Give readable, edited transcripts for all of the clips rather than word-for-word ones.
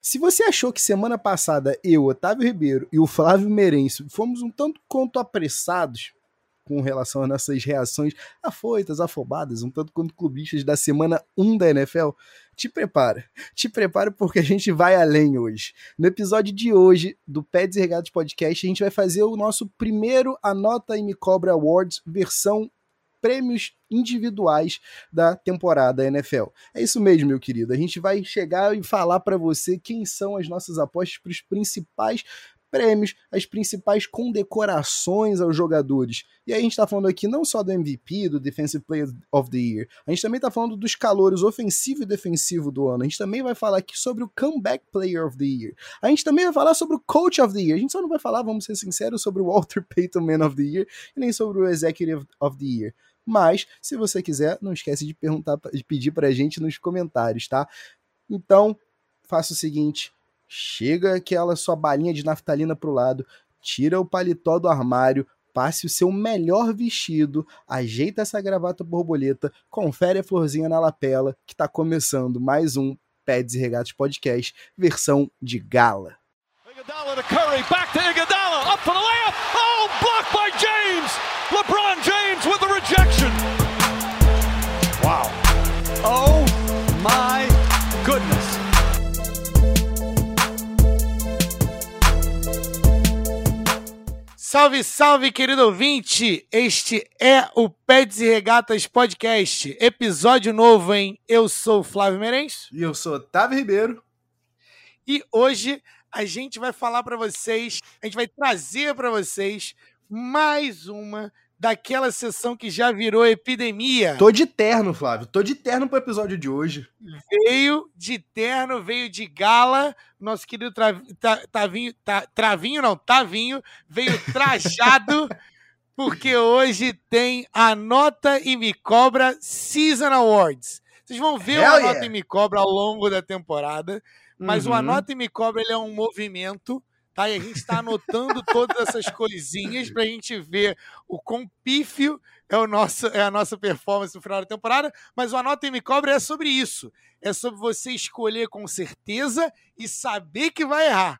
Se você achou que semana passada eu, Otávio Ribeiro e o Flávio Meirense fomos um tanto quanto apressados com relação às nossas reações afoitas, afobadas, um tanto quanto clubistas da semana 1 da NFL, te prepara porque a gente vai além hoje. No episódio de hoje do Pads e Regatas Podcast, a gente vai fazer o nosso primeiro Anota e Me Cobra Awards versão prêmios individuais da temporada NFL. É isso mesmo, meu querido. A gente vai chegar e falar para você quem são as nossas apostas para os principais prêmios, as principais condecorações aos jogadores. E aí a gente tá falando aqui não só do MVP, do Defensive Player of the Year, a gente também tá falando dos calouros ofensivo e defensivo do ano, a gente também vai falar aqui sobre o Comeback Player of the Year, a gente também vai falar sobre o Coach of the Year, a gente só não vai falar, vamos ser sinceros, sobre o Walter Payton Man of the Year e nem sobre o Executive of the Year. Mas, se você quiser, não esquece de pedir pra gente nos comentários, tá? Então, faça o seguinte, chega aquela sua balinha de naftalina pro lado, tira o paletó do armário, passe o seu melhor vestido, ajeita essa gravata borboleta, confere a florzinha na lapela, que tá começando mais um Pads e Regatas Podcast, versão de gala. Iguodala to Curry, back to Iguodala, up for the layup, oh, blocked by James! LeBron James with the rejection! Wow. Oh my goodness. Salve, salve, querido ouvinte! Este é o Pads e Regatas Podcast, episódio novo, hein? Eu sou o Flávio Meirense. E eu sou Otávio Ribeiro. E hoje a gente vai falar para vocês, a gente vai trazer para vocês mais uma daquela sessão que já virou epidemia. Tô de terno, Flávio. Tô de terno pro episódio de hoje. Veio de terno, veio de gala. Nosso querido Tavinho veio trajado, porque hoje tem Anota e Me Cobra Season Awards. Vocês vão ver o Anota e Me Cobra ao longo da temporada, mas o Anota e Me Cobra ele é um movimento. Tá? E a gente está anotando todas essas coisinhas para a gente ver o quão pífio é a nossa performance no final da temporada, mas o Anota e Me Cobra é sobre isso. É sobre você escolher com certeza e saber que vai errar.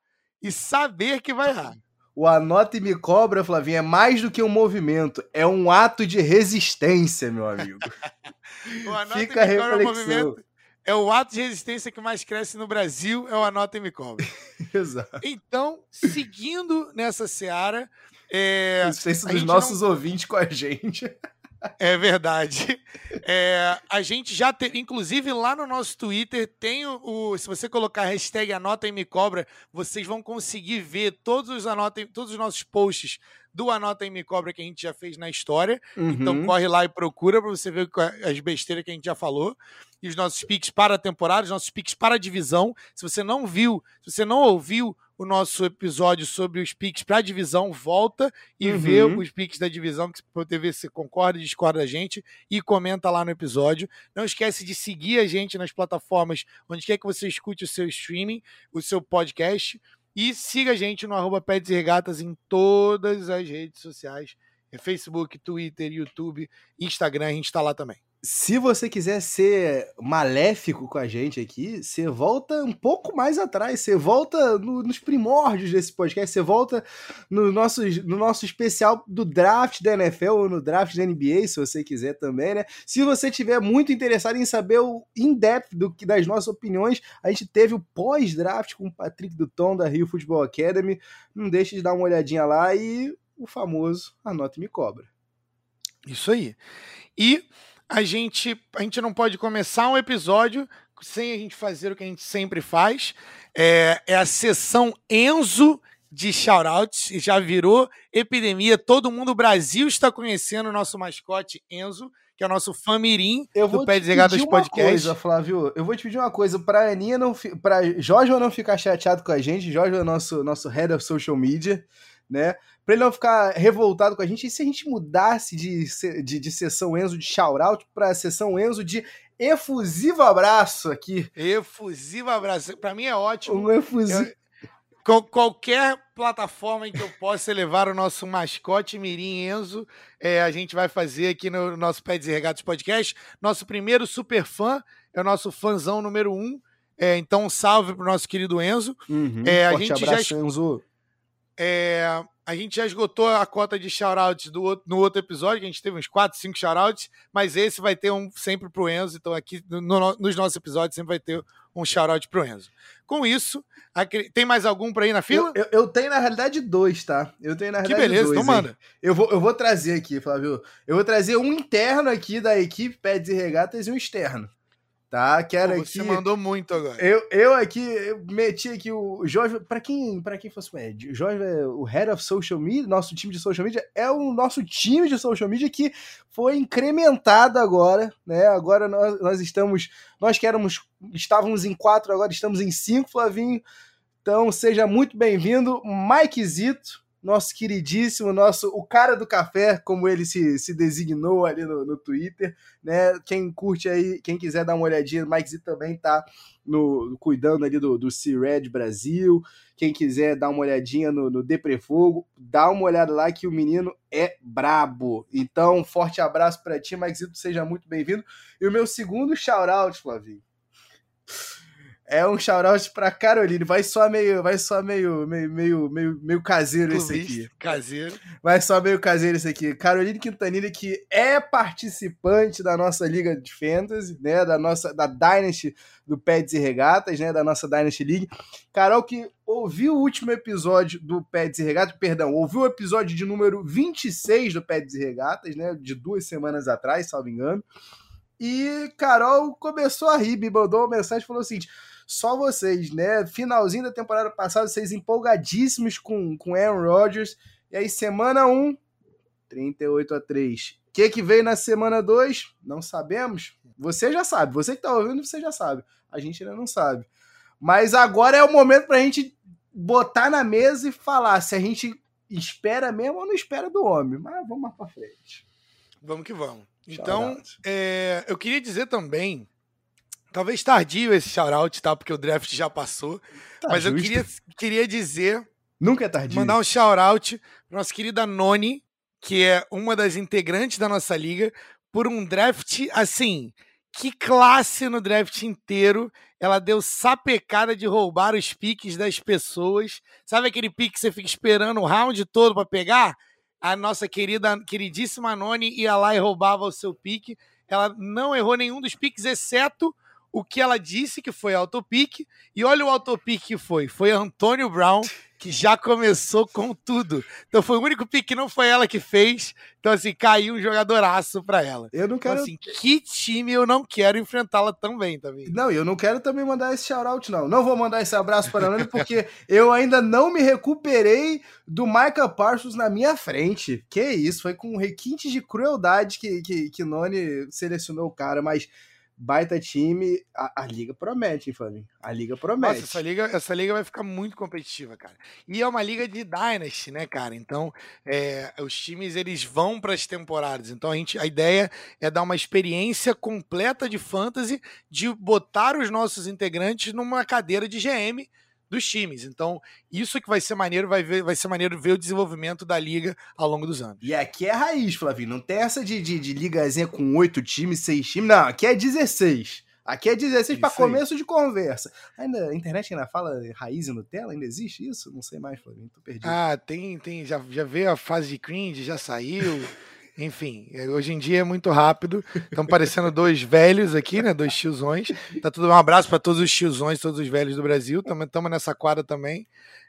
O Anota e Me Cobra, Flavinho, é mais do que um movimento, é um ato de resistência, meu amigo. O Anota Fica e Me Cobra a reflexão. É um movimento. É o ato de resistência que mais cresce no Brasil, é o Anota e Me Cobra. Exato. Então, seguindo nessa seara... resistência dos nossos ouvintes com a gente. É verdade. A gente já teve, inclusive lá no nosso Twitter, tem se você colocar a hashtag Anota e Me Cobra, vocês vão conseguir ver todos os nossos posts do Anota e Me Cobra que a gente já fez na história. Então corre lá e procura para você ver as besteiras que a gente já falou. E os nossos picks para a temporada, os nossos picks para a divisão. Se você não viu, se você não ouviu o nosso episódio sobre os picks para a divisão, volta e vê os picks da divisão, que você ver se concorda e discorda da gente, e comenta lá no episódio. Não esquece de seguir a gente nas plataformas onde quer que você escute o seu streaming, o seu podcast, e siga a gente no @Pads e Regatas em todas as redes sociais, Facebook, Twitter, YouTube, Instagram, a gente está lá também. Se você quiser ser maléfico com a gente aqui, você volta um pouco mais atrás, você volta nos primórdios desse podcast, você volta no nosso especial do draft da NFL ou no draft da NBA, se você quiser também, né? Se você tiver muito interessado em saber o in-depth das nossas opiniões, a gente teve o pós-draft com o Patrick Dutton da Rio Football Academy, não deixe de dar uma olhadinha lá e o famoso Anota e Me Cobra. Isso aí. E a gente não pode começar um episódio sem a gente fazer o que a gente sempre faz. É a sessão Enzo de shoutouts. Já virou epidemia. Todo mundo, o Brasil está conhecendo o nosso mascote Enzo, que é o nosso fã mirim do Pads e Regatas Podcast. Coisa, Flávio, eu vou te pedir uma coisa. Pra Aninha pra Jorge não ficar chateado com a gente, Jorge é nosso head of social media, né? Pra ele não ficar revoltado com a gente, e se a gente mudasse de sessão Enzo de shoutout pra sessão Enzo de efusivo abraço aqui? Efusivo abraço. Pra mim é ótimo. Um efusivo. Qualquer plataforma em que eu possa levar o nosso mascote mirim Enzo, a gente vai fazer aqui no nosso Pads e Regatas Podcast. Nosso primeiro super fã é o nosso fãzão número 1. Então, um salve pro nosso querido Enzo. Forte abraço, Enzo. A gente já esgotou a cota de shoutouts no outro episódio, a gente teve uns 4, 5 shoutouts, mas esse vai ter um sempre pro Enzo, então aqui nos nossos episódios sempre vai ter um shoutout pro Enzo. Com isso, tem mais algum pra ir na fila? Eu tenho, na realidade, 2, tá? Que beleza, então manda. Eu vou trazer aqui, Flávio. Eu vou trazer um interno aqui da equipe Pads e Regatas e um externo. Tá, quero aqui. Você mandou muito agora. Eu meti aqui o Jorge, para quem fosse o Jorge é o Head of Social Media, nosso time de Social Media, é o nosso time de Social Media que foi incrementado agora, né? Agora nós estávamos em 4, agora estamos em 5, Flavinho. Então seja muito bem-vindo, Mike Zito, nosso queridíssimo, o cara do café, como ele se designou ali no Twitter, né? Quem curte aí, quem quiser dar uma olhadinha, o Mike Z também tá cuidando ali do C-Red Brasil. Quem quiser dar uma olhadinha no Deprefogo, dá uma olhada lá que o menino é brabo. Então, um forte abraço para ti, Mike Z, seja muito bem-vindo. E o meu segundo shout-out, Flavinho, é um shout-out pra Caroline. Vai só meio caseiro esse aqui. Caseiro. Vai só meio caseiro esse aqui. Caroline Quintanilha, que é participante da nossa Liga de Fantasy, né? Da Dynasty do Pads e Regatas, né? Da nossa Dynasty League. Carol, que ouviu o último episódio do Pads e Regatas, ouviu o episódio de número 26 do Pads e Regatas, né? De 2 semanas atrás, salvo engano. E Carol começou a rir, me mandou uma mensagem e falou o seguinte: só vocês, né? Finalzinho da temporada passada, vocês empolgadíssimos com Aaron Rodgers. E aí, semana 1, 38-3. O que veio na semana 2? Não sabemos. Você já sabe. Você que tá ouvindo, você já sabe. A gente ainda não sabe. Mas agora é o momento pra gente botar na mesa e falar se a gente espera mesmo ou não espera do homem. Mas vamos mais pra frente. Vamos que vamos. Então, eu queria dizer também, talvez tardio esse shout-out, tá? Porque o draft já passou. Tá, mas justo. Eu queria dizer... Nunca é tardio. Mandar um shout-out pra nossa querida Noni, que é uma das integrantes da nossa liga, por um draft, assim, que classe no draft inteiro. Ela deu sapecada de roubar os piques das pessoas. Sabe aquele pique que você fica esperando o round todo pra pegar? A nossa queridíssima Noni ia lá e roubava o seu pique. Ela não errou nenhum dos piques, exceto o que ela disse que foi autopique. E olha o autopique que foi. Foi Antônio Brown, que já começou com tudo. Então foi o único pique que não foi ela que fez. Então, assim, caiu um jogadoraço pra ela. Eu não quero... Então, assim, que time eu não quero enfrentá-la também, tá vendo? Não, eu não quero também mandar esse shout-out, não. Não vou mandar esse abraço para a Noni, porque eu ainda não me recuperei do Micah Parsons na minha frente. Que isso, foi com requintes de crueldade que Noni selecionou o cara, mas... Baita time, a liga promete, hein, Flavinho? A liga promete. Nossa, essa liga vai ficar muito competitiva, cara. E é uma liga de Dynasty, né, cara? Então, os times, eles vão para as temporadas. Então, a ideia é dar uma experiência completa de fantasy, de botar os nossos integrantes numa cadeira de GM dos times. Então, isso que vai ser maneiro, vai ser maneiro ver o desenvolvimento da liga ao longo dos anos. E aqui é raiz, Flavinho. Não tem essa de ligazinha com 8 times, 6 times. Não, aqui é 16. Aqui é 16 para começo de conversa. A internet ainda fala raiz e Nutella? Ainda existe isso? Não sei mais, Flavinho. Tô perdido. Ah, tem. Já veio a fase de cringe, já saiu. Enfim, hoje em dia é muito rápido. Estão parecendo 2 velhos aqui, né? 2 tiozões. Tá tudo um abraço para todos os tiozões, todos os velhos do Brasil. Estamos nessa quadra também.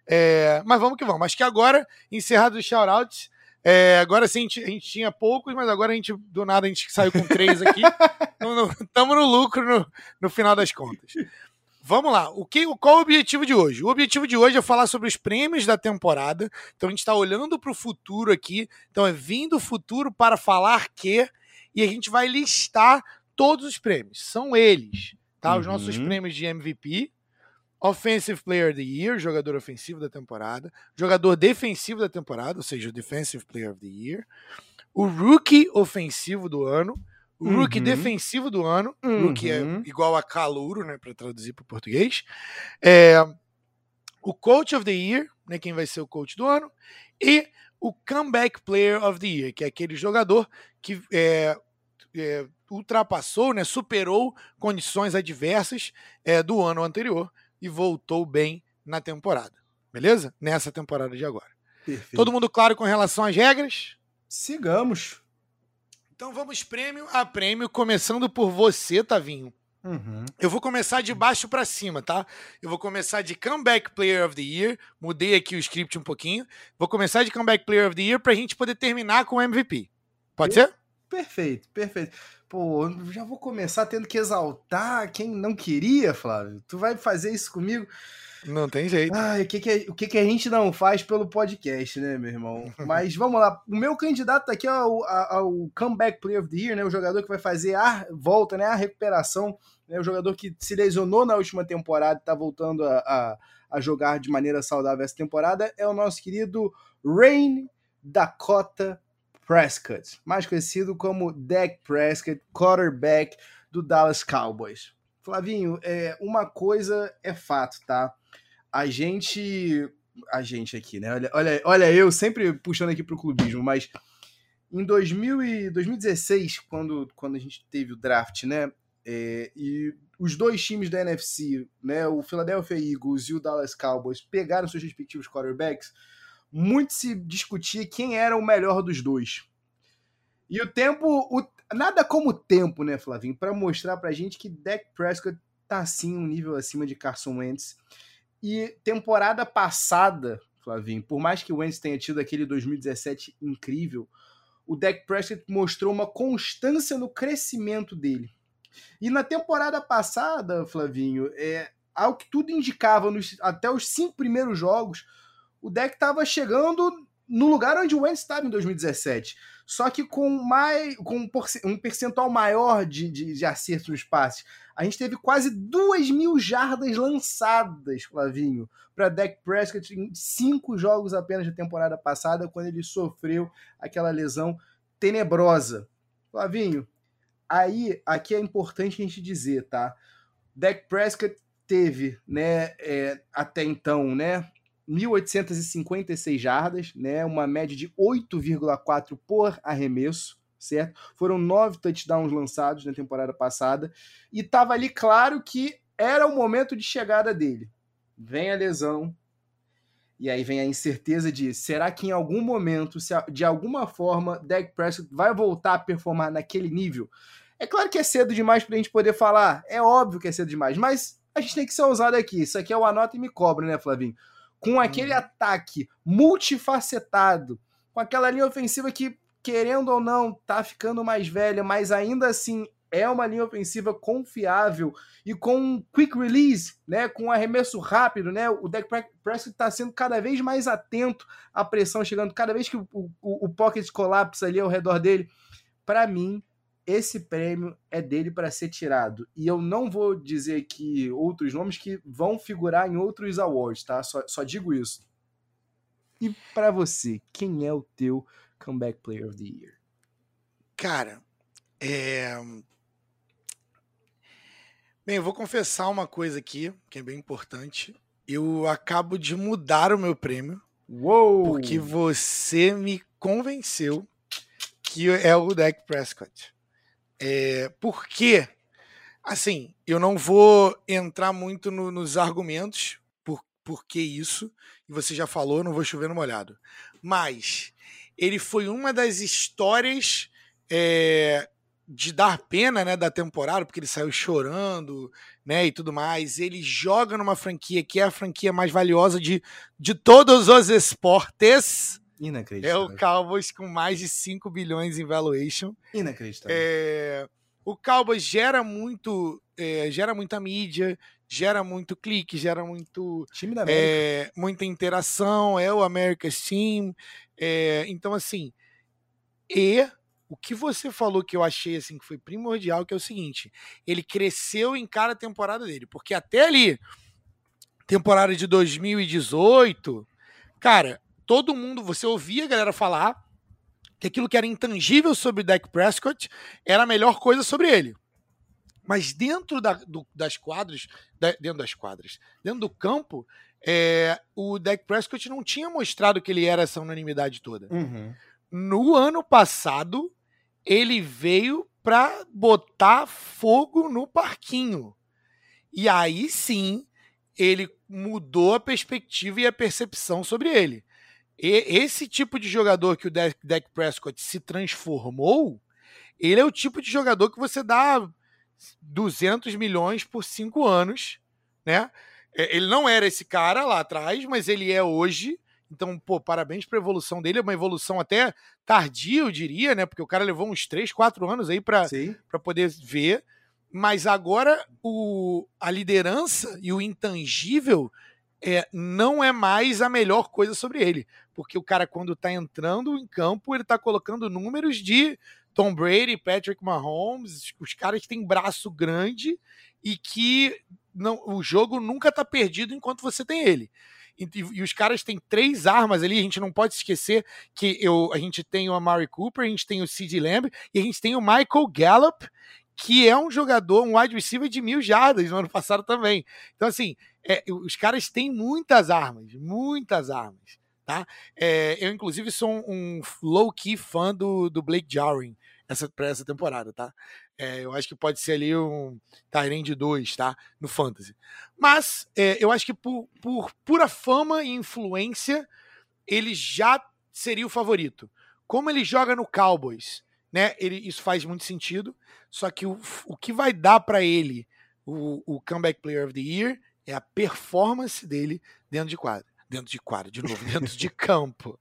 Mas vamos que vamos. Acho que agora, encerrados os shoutouts, agora sim a gente tinha poucos, mas agora do nada a gente saiu com 3 aqui. Estamos no lucro no final das contas. Vamos lá, qual o objetivo de hoje? O objetivo de hoje é falar sobre os prêmios da temporada. Então a gente está olhando para o futuro aqui. Então é vindo o futuro para falar que... E a gente vai listar todos os prêmios. São eles, tá? Os nossos prêmios de MVP, Offensive Player of the Year, jogador ofensivo da temporada, jogador defensivo da temporada, ou seja, o Defensive Player of the Year, o Rookie ofensivo do ano, o Rookie defensivo do ano, Rookie é igual a calouro, né, para traduzir para o português, o Coach of the Year, né, quem vai ser o coach do ano, e o Comeback Player of the Year, que é aquele jogador que ultrapassou, né, superou condições adversas do ano anterior e voltou bem na temporada. Beleza? Nessa temporada de agora. Perfeito. Todo mundo claro com relação às regras? Sigamos. Então vamos prêmio a prêmio, começando por você, Tavinho. Eu vou começar de baixo para cima, tá? Eu vou começar de Comeback Player of the Year. Mudei aqui o script um pouquinho. Vou começar de Comeback Player of the Year pra gente poder terminar com o MVP. Pode ser? Perfeito. Pô, já vou começar tendo que exaltar quem não queria, Flávio. Tu vai fazer isso comigo? Não tem jeito. Ai, o que a gente não faz pelo podcast, né, meu irmão? Mas vamos lá. O meu candidato aqui ao Comeback Player of the Year, né? O jogador que vai fazer a volta, né? A recuperação. Né, o jogador que se lesionou na última temporada e tá voltando a jogar de maneira saudável essa temporada é o nosso querido Ryan Dakota Prescott, mais conhecido como Dak Prescott, quarterback do Dallas Cowboys. Flavinho, uma coisa é fato, tá? A gente aqui, né? Olha eu sempre puxando aqui pro clubismo, mas em 2016, quando a gente teve o draft, né? E os dois times da NFC, né? O Philadelphia Eagles e o Dallas Cowboys pegaram seus respectivos quarterbacks. Muito se discutia quem era o melhor dos dois. E nada como o tempo, né, Flavinho, para mostrar pra gente que Dak Prescott tá sim um nível acima de Carson Wentz. E temporada passada, Flavinho, por mais que o Wentz tenha tido aquele 2017 incrível, o Dak Prescott mostrou uma constância no crescimento dele. E na temporada passada, Flavinho, ao que tudo indicava, até os 5 primeiros jogos, o Dak estava chegando no lugar onde o Wentz estava em 2017. Só que com um percentual maior de acertos nos passes. A gente teve quase 2.000 jardas lançadas, Flavinho, para Dak Prescott em 5 jogos apenas da temporada passada, quando ele sofreu aquela lesão tenebrosa. Flavinho, aqui é importante a gente dizer, tá? Dak Prescott teve, né, até então, né, 1.856 jardas, né, uma média de 8,4 por arremesso, certo? Foram 9 touchdowns lançados na temporada passada e estava ali claro que era o momento de chegada dele. Vem a lesão e aí vem a incerteza de será que em algum momento, de alguma forma, Dak Prescott vai voltar a performar naquele nível? É claro que é cedo demais pra gente poder falar, é óbvio que é cedo demais, mas a gente tem que ser ousado aqui. Isso aqui é o anota e me cobra, né, Flavinho? Com aquele ataque multifacetado, com aquela linha ofensiva que, querendo ou não, tá ficando mais velha, mas ainda assim é uma linha ofensiva confiável e com um quick release, né, com um arremesso rápido, né, o Dak Prescott está sendo cada vez mais atento à pressão chegando, cada vez que o pocket colapsa ali ao redor dele. Para mim, esse prêmio é dele para ser tirado. E eu não vou dizer aqui outros nomes que vão figurar em outros awards, tá? Só digo isso. E para você, quem é o teu Comeback Player of the Year? Cara, Bem, eu vou confessar uma coisa aqui, que é bem importante. Eu acabo de mudar o meu prêmio. Uou! Porque você me convenceu que é o Dak Prescott. Porque, assim, eu não vou entrar muito nos argumentos por que isso, e você já falou, não vou chover no molhado. Mas ele foi uma das histórias de dar pena, né, da temporada, porque ele saiu chorando, né, e tudo mais. Ele joga numa franquia que é a franquia mais valiosa de todos os esportes. Inacreditável. É o Cowboys com mais de 5 bilhões em valuation. Inacreditável. O Cowboys gera muita mídia, gera muito clique, gera muito time da América. Muita interação, é o America's Team. Então, assim, o que você falou que eu achei assim, que foi primordial, que é o seguinte, ele cresceu em cada temporada dele, porque até ali, temporada de 2018, cara, todo mundo, você ouvia a galera falar que aquilo que era intangível sobre o Dak Prescott era a melhor coisa sobre ele. Mas dentro dentro do campo, o Dak Prescott não tinha mostrado que ele era essa unanimidade toda. Uhum. No ano passado, ele veio para botar fogo no parquinho. E aí sim, ele mudou a perspectiva e a percepção sobre ele. E esse tipo de jogador que o Dak Prescott se transformou, ele é o tipo de jogador que você dá 200 milhões por 5 anos, né? Ele não era esse cara lá atrás, mas ele é hoje. Então, pô, parabéns para a evolução dele. É uma evolução até tardia, eu diria, né? Porque o cara levou uns 3, 4 anos aí para poder ver. Mas agora a liderança e o intangível não é mais a melhor coisa sobre ele. Porque o cara, quando tá entrando em campo, ele tá colocando números de Tom Brady, Patrick Mahomes, os caras que têm braço grande e que o jogo nunca tá perdido enquanto você tem ele. E os caras têm 3 armas ali, a gente não pode esquecer que a gente tem o Amari Cooper, a gente tem o CeeDee Lamb e a gente tem o Michael Gallup, que é um jogador, um wide receiver de 1.000 jardas no ano passado também. Então, assim, os caras têm muitas armas, tá? Eu, inclusive, sou um low-key fã do Blake Jarwin para essa temporada, tá? Eu acho que pode ser ali um Tyrande 2, tá? No Fantasy. Mas eu acho que por pura fama e influência, ele já seria o favorito. Como ele joga no Cowboys, né? Isso faz muito sentido. Só que o que vai dar para ele o Comeback Player of the Year é a performance dele dentro de quadra. Dentro de campo.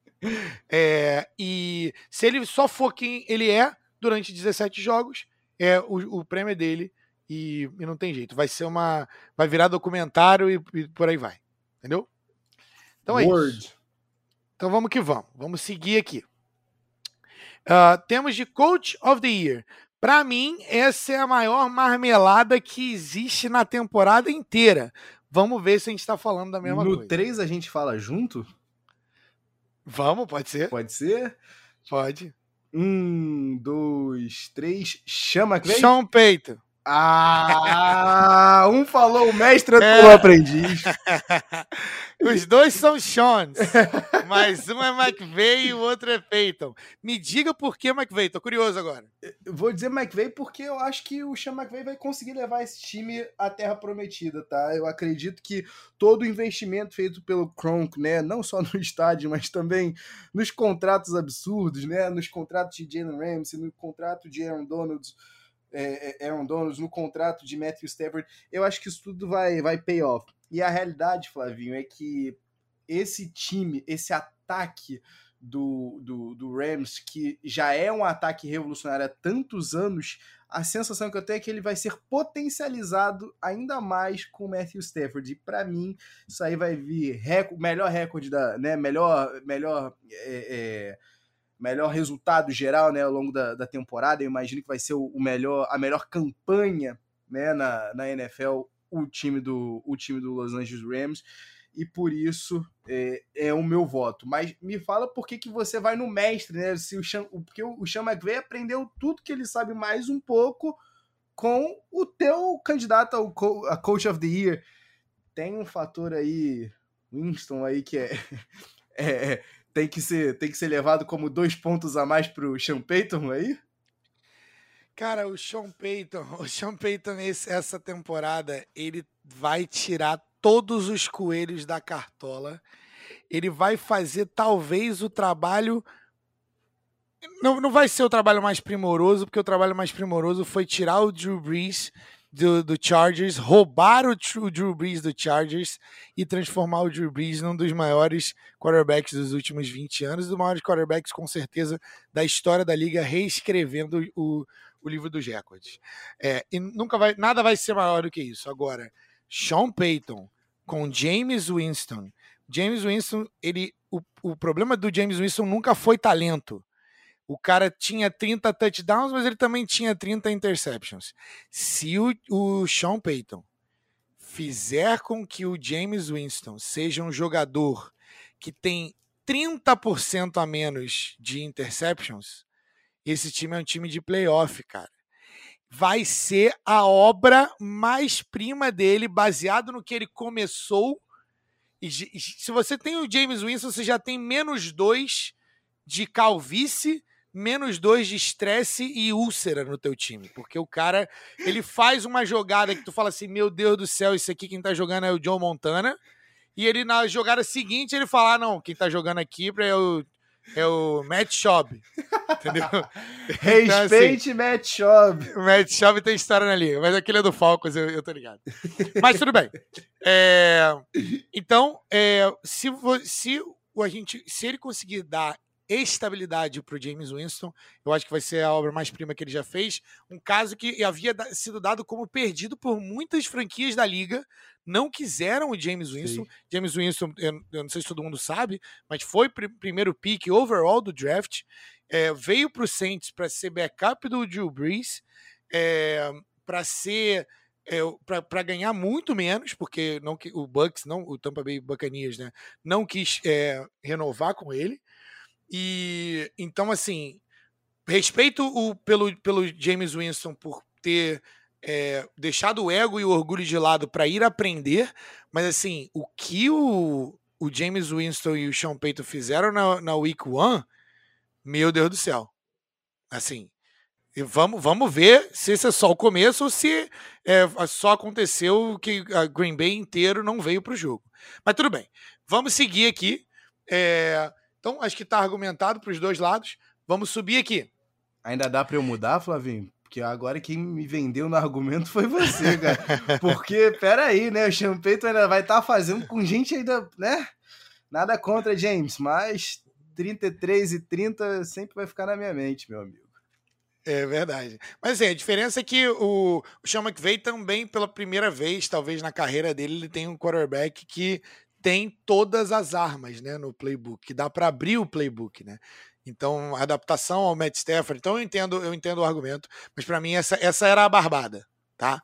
E se ele só for quem ele é durante 17 jogos, o prêmio é dele e não tem jeito. Vai virar documentário e por aí vai. Entendeu? Então é isso. Então vamos que vamos. Vamos seguir aqui. Temos de Coach of the Year. Para mim, essa é a maior marmelada que existe na temporada inteira. Vamos ver se a gente tá falando da mesma coisa. No 3 a gente fala junto? Vamos, pode ser? Pode ser? Pode. 1, 2, 3, chama que vem? Sean Payton. Um falou o mestre, outro o aprendiz. Os dois são Seans, mas um é McVay e o outro é Payton. Me diga por que McVay, tô curioso agora. Eu vou dizer McVay porque eu acho que o Sean McVay vai conseguir levar esse time à terra prometida, tá? Eu acredito que todo o investimento feito pelo Kroenke, né, não só no estádio, mas também nos contratos absurdos, né, nos contratos de Jalen Ramsey, no contrato de Aaron Donald, no contrato de Matthew Stafford, eu acho que isso tudo vai pay off. E a realidade, Flavinho, é que esse time, esse ataque do Rams, que já é um ataque revolucionário há tantos anos, a sensação que eu tenho é que ele vai ser potencializado ainda mais com o Matthew Stafford. E para mim, isso aí vai vir melhor recorde melhor resultado geral, né, ao longo da temporada. Eu imagino que vai ser a melhor campanha, né, na NFL, o time do Los Angeles Rams, e por isso é o meu voto. Mas me fala por que você vai no mestre, né? Porque o Sean McVay aprendeu tudo que ele sabe mais um pouco com o teu candidato a Coach of the Year. Tem um fator aí, Winston, aí que tem que ser levado como 2 pontos a mais pro Sean Payton aí? Cara, o Sean Payton essa temporada, ele vai tirar todos os coelhos da cartola. Ele vai fazer talvez o trabalho... Não vai ser o trabalho mais primoroso, porque o trabalho mais primoroso foi tirar o Drew Brees do Chargers, roubar o Drew Brees do Chargers e transformar o Drew Brees num dos maiores quarterbacks dos últimos 20 anos, dos maiores quarterbacks, com certeza, da história da liga, reescrevendo o livro dos recordes. E nada vai ser maior do que isso. Agora, Sean Payton com Jameis Winston. O problema do Jameis Winston nunca foi talento. O cara tinha 30 touchdowns, mas ele também tinha 30 interceptions. Se o Sean Payton fizer com que o Jameis Winston seja um jogador que tem 30% a menos de interceptions, esse time é um time de playoff, cara. Vai ser a obra mais prima dele, baseado no que ele começou. E se você tem o Jameis Winston, você já tem -2 de calvície -2 de estresse e úlcera no teu time. Porque o cara, ele faz uma jogada que tu fala assim, meu Deus do céu, isso aqui quem tá jogando é o Joe Montana. E ele, na jogada seguinte, ele fala, não, quem tá jogando aqui é o Matt Schaub. Entendeu? Respeite então, assim, Matt Schaub. O Matt Schaub tem história na liga, mas aquele é do Falcons, eu tô ligado. Mas tudo bem. Então, se ele conseguir dar estabilidade pro Jameis Winston, eu acho que vai ser a obra-prima que ele já fez. Um caso que havia sido dado como perdido por muitas franquias da liga. Não quiseram o Jameis Winston. Sim. Jameis Winston, eu não sei se todo mundo sabe, mas foi primeiro pick overall do draft. Veio pro Saints para ser backup do Drew Brees, para ser para ganhar muito menos, porque o Bucks, o Tampa Bay Buccaneers, né, não quis renovar com ele. E então, assim, respeito pelo Jameis Winston por ter deixado o ego e o orgulho de lado para ir aprender, mas assim, o que o Jameis Winston e o Sean Payton fizeram na Week 1, meu Deus do céu. Assim, vamos ver se esse é só o começo ou se só aconteceu que a Green Bay inteiro não veio para o jogo. Mas tudo bem, vamos seguir aqui. Então, acho que está argumentado para os dois lados. Vamos subir aqui. Ainda dá para eu mudar, Flavinho? Porque agora quem me vendeu no argumento foi você, cara. Porque, peraí, né? O Sean Payton ainda vai estar fazendo com gente ainda, né? Nada contra, James, mas 33-30 sempre vai ficar na minha mente, meu amigo. É verdade. Mas a diferença é que o Sean McVay também, pela primeira vez, talvez na carreira dele, ele tem um quarterback que tem todas as armas, né, no playbook, que dá para abrir o playbook, né? Então, a adaptação ao Matt Stafford, então eu entendo o argumento, mas para mim essa era a barbada, tá?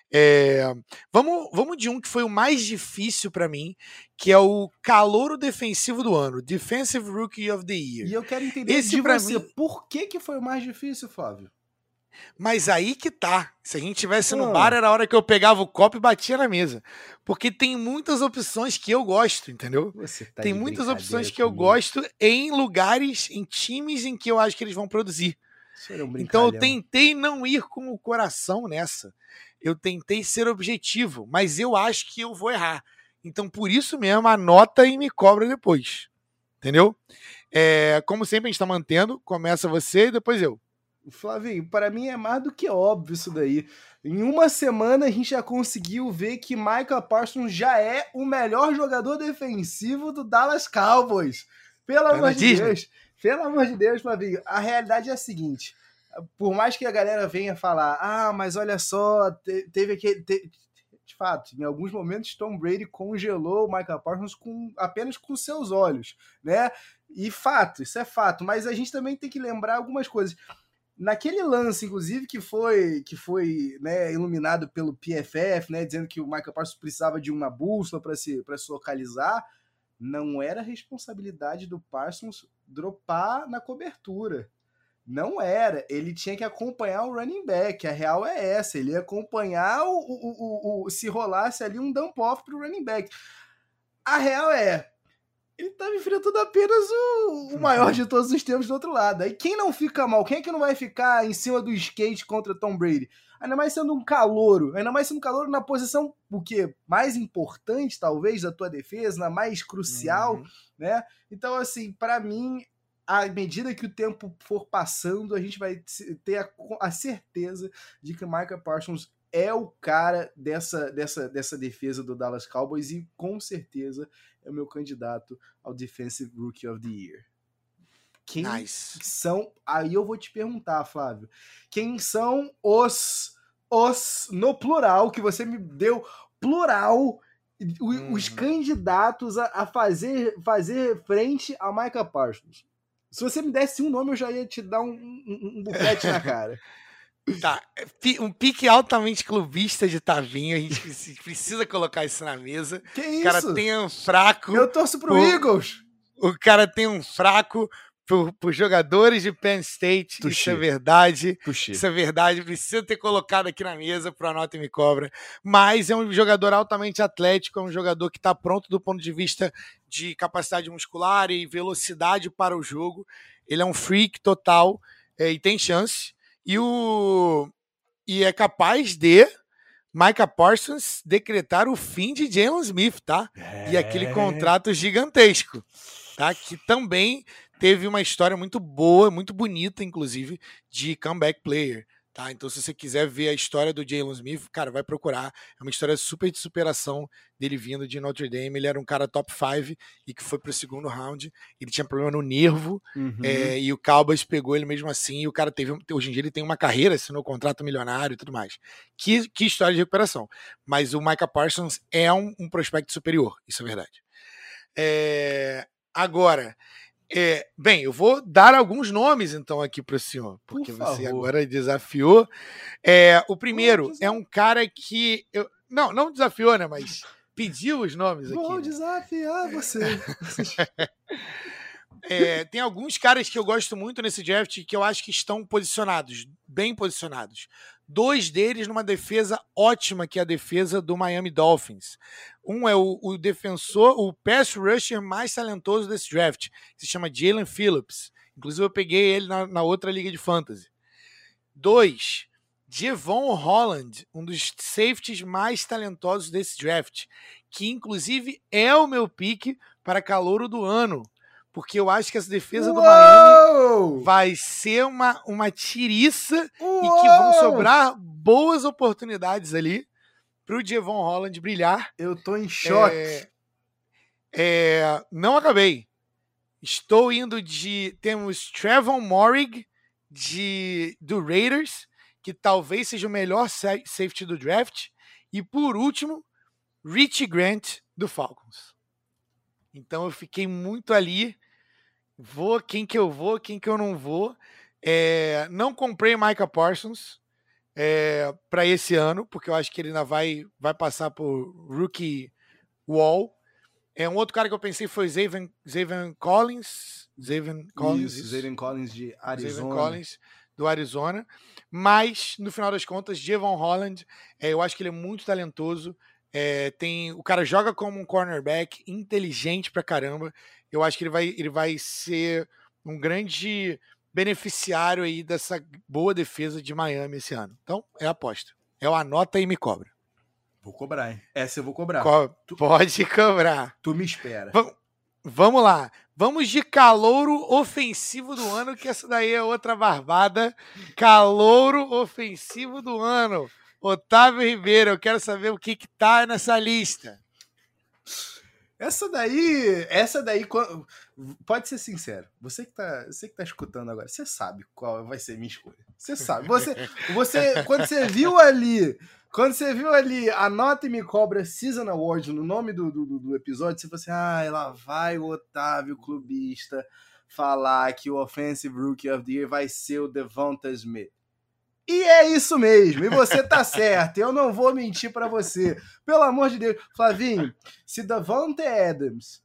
Vamos de um que foi o mais difícil para mim, que é o calouro defensivo do ano, Defensive Rookie of the Year. E eu quero entender de você, por que foi o mais difícil, Flávio? Mas aí que tá. Se a gente estivesse no bar, era a hora que eu pegava o copo e batia na mesa. Porque tem muitas opções que eu gosto, entendeu? Tem muitas opções que eu gosto em lugares, em times em que eu acho que eles vão produzir. Então eu tentei não ir com o coração nessa. Eu tentei ser objetivo, mas eu acho que eu vou errar. Então por isso mesmo, anota e me cobra depois. Entendeu? Como sempre, a gente tá mantendo. Começa você e depois eu. Flavinho, para mim é mais do que óbvio isso daí. Em uma semana a gente já conseguiu ver que Micah Parsons já é o melhor jogador defensivo do Dallas Cowboys. Pelo amor de Deus. Pelo amor de Deus, Flavinho. A realidade é a seguinte. Por mais que a galera venha falar, mas olha só, teve aquele... De fato, em alguns momentos Tom Brady congelou o Micah Parsons apenas com seus olhos, né? E fato, isso é fato. Mas a gente também tem que lembrar algumas coisas. Naquele lance, inclusive, que foi né, iluminado pelo PFF, né, dizendo que o Micah Parsons precisava de uma bússola para se localizar, não era responsabilidade do Parsons dropar na cobertura. Não era. Ele tinha que acompanhar o running back. A real é essa. Ele ia acompanhar se rolasse ali um dump-off para o running back. A real é... ele estava enfrentando apenas o maior de todos os tempos do outro lado. Aí quem não fica mal? Quem é que não vai ficar em cima do skate contra Tom Brady? Ainda mais sendo um calouro. Ainda mais sendo um calouro na posição, o quê? Mais importante, talvez, da tua defesa, na mais crucial, né? Então, assim, para mim, à medida que o tempo for passando, a gente vai ter a certeza de que o Micah Parsons é o cara dessa defesa do Dallas Cowboys e, com certeza, é o meu candidato ao Defensive Rookie of the Year. Quem são... Aí eu vou te perguntar, Flávio. Quem são os no plural, que você me deu plural, os candidatos a fazer frente a Micah Parsons? Se você me desse um nome, eu já ia te dar um buquete na cara. Tá, um pique altamente clubista de Tavinho, a gente precisa colocar isso na mesa. Que isso? O cara tem um fraco... Eu torço pro Eagles! O cara tem um fraco por jogadores de Penn State. Tuxi. Isso é verdade. Tuxi. Isso é verdade. Precisa ter colocado aqui na mesa pro Anota e Me Cobra. Mas é um jogador altamente atlético, é um jogador que está pronto do ponto de vista de capacidade muscular e velocidade para o jogo. Ele é um freak total e tem chance. E é capaz de Micah Parsons decretar o fim de Jalen Smith, tá? E aquele contrato gigantesco, tá? Que também teve uma história muito boa, muito bonita, inclusive, de comeback player, tá? Então, se você quiser ver a história do Jalen Smith, cara, vai procurar. É uma história super de superação dele vindo de Notre Dame. Ele era um cara top 5 e que foi pro segundo round. Ele tinha problema no nervo e o Cowboys pegou ele mesmo assim. E o cara hoje em dia ele tem uma carreira, assinou um contrato milionário e tudo mais. Que história de recuperação. Mas o Micah Parsons é um prospecto superior, isso é verdade. Agora, bem, eu vou dar alguns nomes então aqui para o senhor, porque você agora desafiou. O primeiro é um cara que não desafiou, né? Mas pediu os nomes aqui. Vou desafiar você. Tem alguns caras que eu gosto muito nesse draft que eu acho que estão posicionados, bem posicionados. 2 deles numa defesa ótima, que é a defesa do Miami Dolphins. Um é o defensor, o pass rusher mais talentoso desse draft, que se chama Jalen Phillips. Inclusive eu peguei ele na outra liga de fantasy. 2, Jevon Holland, um dos safeties mais talentosos desse draft, que inclusive é o meu pick para calouro do ano. Porque eu acho que essa defesa do Miami vai ser uma tiriça e que vão sobrar boas oportunidades ali para o Jevon Holland brilhar. Eu tô em choque. Não acabei. Estou indo temos Trevon Moehrig do Raiders, que talvez seja o melhor safety do draft. E por último, Richie Grant do Falcons. Então eu fiquei muito ali. Quem que eu não vou. Não comprei Micah Parsons para esse ano, porque eu acho que ele ainda vai passar por rookie wall. Um outro cara que eu pensei foi Zaven Collins. Zaven Collins de Arizona. Zaven Collins do Arizona. Mas, no final das contas, Jevon Holland, eu acho que ele é muito talentoso. O cara joga como um cornerback, inteligente pra caramba. Eu acho que ele vai ser um grande beneficiário aí dessa boa defesa de Miami esse ano. Então, é a aposta. O anota e me cobra. Vou cobrar, hein? Essa eu vou cobrar. Pode cobrar. Tu me espera. Vamos lá. Vamos de calouro ofensivo do ano, que essa daí é outra barbada. Calouro ofensivo do ano. Otávio Ribeiro, eu quero saber o que tá nessa lista. Essa daí, pode ser sincero. Você que tá escutando agora, você sabe qual vai ser minha escolha. Você sabe. Quando você viu ali Anota e Me Cobra Season Award no nome do episódio, você falou assim, lá vai o Otávio clubista falar que o Offensive Rookie of the Year vai ser o Devonta Smith. E é isso mesmo, e você tá certo, eu não vou mentir pra você. Pelo amor de Deus, Flavinho, se Davante Adams,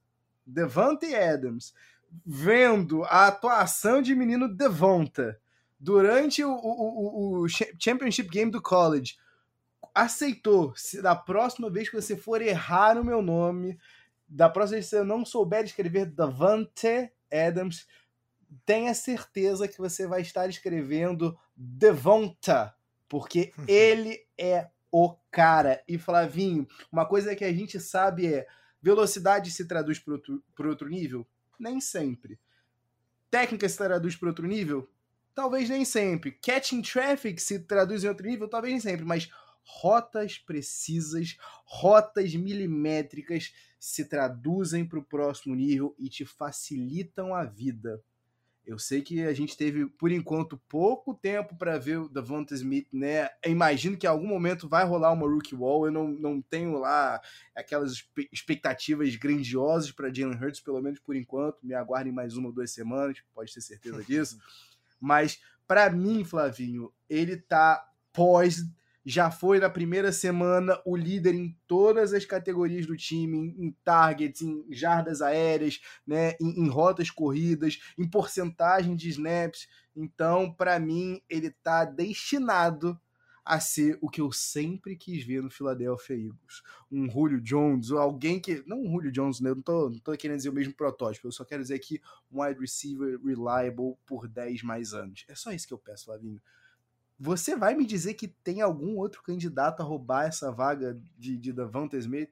vendo a atuação de menino Devonta durante o Championship Game do college, aceitou, se da próxima vez que você for errar no meu nome, da próxima vez que você não souber escrever Davante Adams, tenha certeza que você vai estar escrevendo Devonta, porque ele é o cara. E Flavinho, uma coisa que a gente sabe é, velocidade se traduz por outro nível? Nem sempre. Técnica se traduz por outro nível? Talvez nem sempre. Catching traffic se traduz em outro nível? Talvez nem sempre, mas rotas precisas, rotas milimétricas se traduzem para o próximo nível e te facilitam a vida. Eu sei que a gente teve, por enquanto, pouco tempo para ver o Devonta Smith, né? Eu imagino que em algum momento vai rolar uma rookie wall. Eu não tenho lá aquelas expectativas grandiosas para Jalen Hurts, pelo menos por enquanto. Me aguardem mais 1 ou 2 semanas, pode ter certeza disso. Mas, para mim, Flavinho, ele tá poised. Já foi na primeira semana o líder em todas as categorias do time, em targets, em jardas aéreas, né, em rotas corridas, em porcentagem de snaps. Então, para mim, ele está destinado a ser o que eu sempre quis ver no Philadelphia Eagles. Um Julio Jones, ou alguém que... Não um Julio Jones, né? Eu não tô querendo dizer o mesmo protótipo, eu só quero dizer aqui um wide receiver reliable por 10 mais anos. É só isso que eu peço, Flavinho. Você vai me dizer que tem algum outro candidato a roubar essa vaga de Devonta Smith?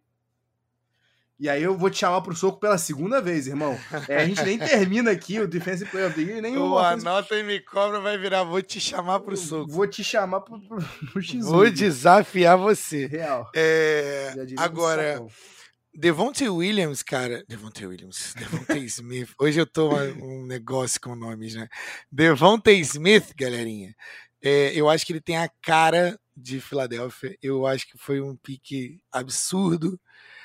E aí eu vou te chamar pro soco pela segunda vez, irmão. A gente nem termina aqui o Defensive Player of the Year, nem o Anota e Me Cobra vai virar, vou te chamar pro soco. Vou te chamar pro X1. Vou desafiar você. Real. Agora, Devontae Williams, cara... Devontae Smith. Hoje eu tô um negócio com nomes, né? Devontae Smith, galerinha. Eu acho que ele tem a cara de Filadélfia. Eu acho que foi um pique absurdo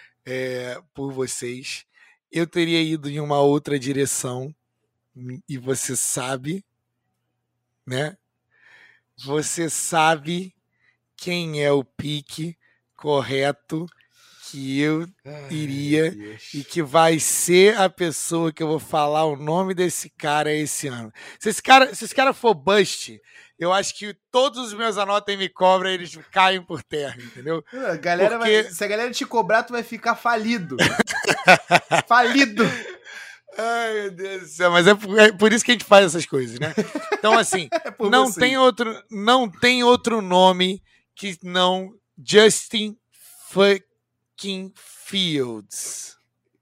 por vocês. Eu teria ido em uma outra direção e você sabe, né? Você sabe quem é o pique correto que eu iria e que vai ser a pessoa que eu vou falar o nome desse cara esse ano. Se esse cara for bust, eu acho que todos os meus Anotem Me Cobra, eles caem por terra, entendeu? Se a galera te cobrar, tu vai ficar falido. Falido! Ai, meu Deus do céu, mas é por isso que a gente faz essas coisas, né? Então, assim, não tem outro nome que não Justin fucking Fields.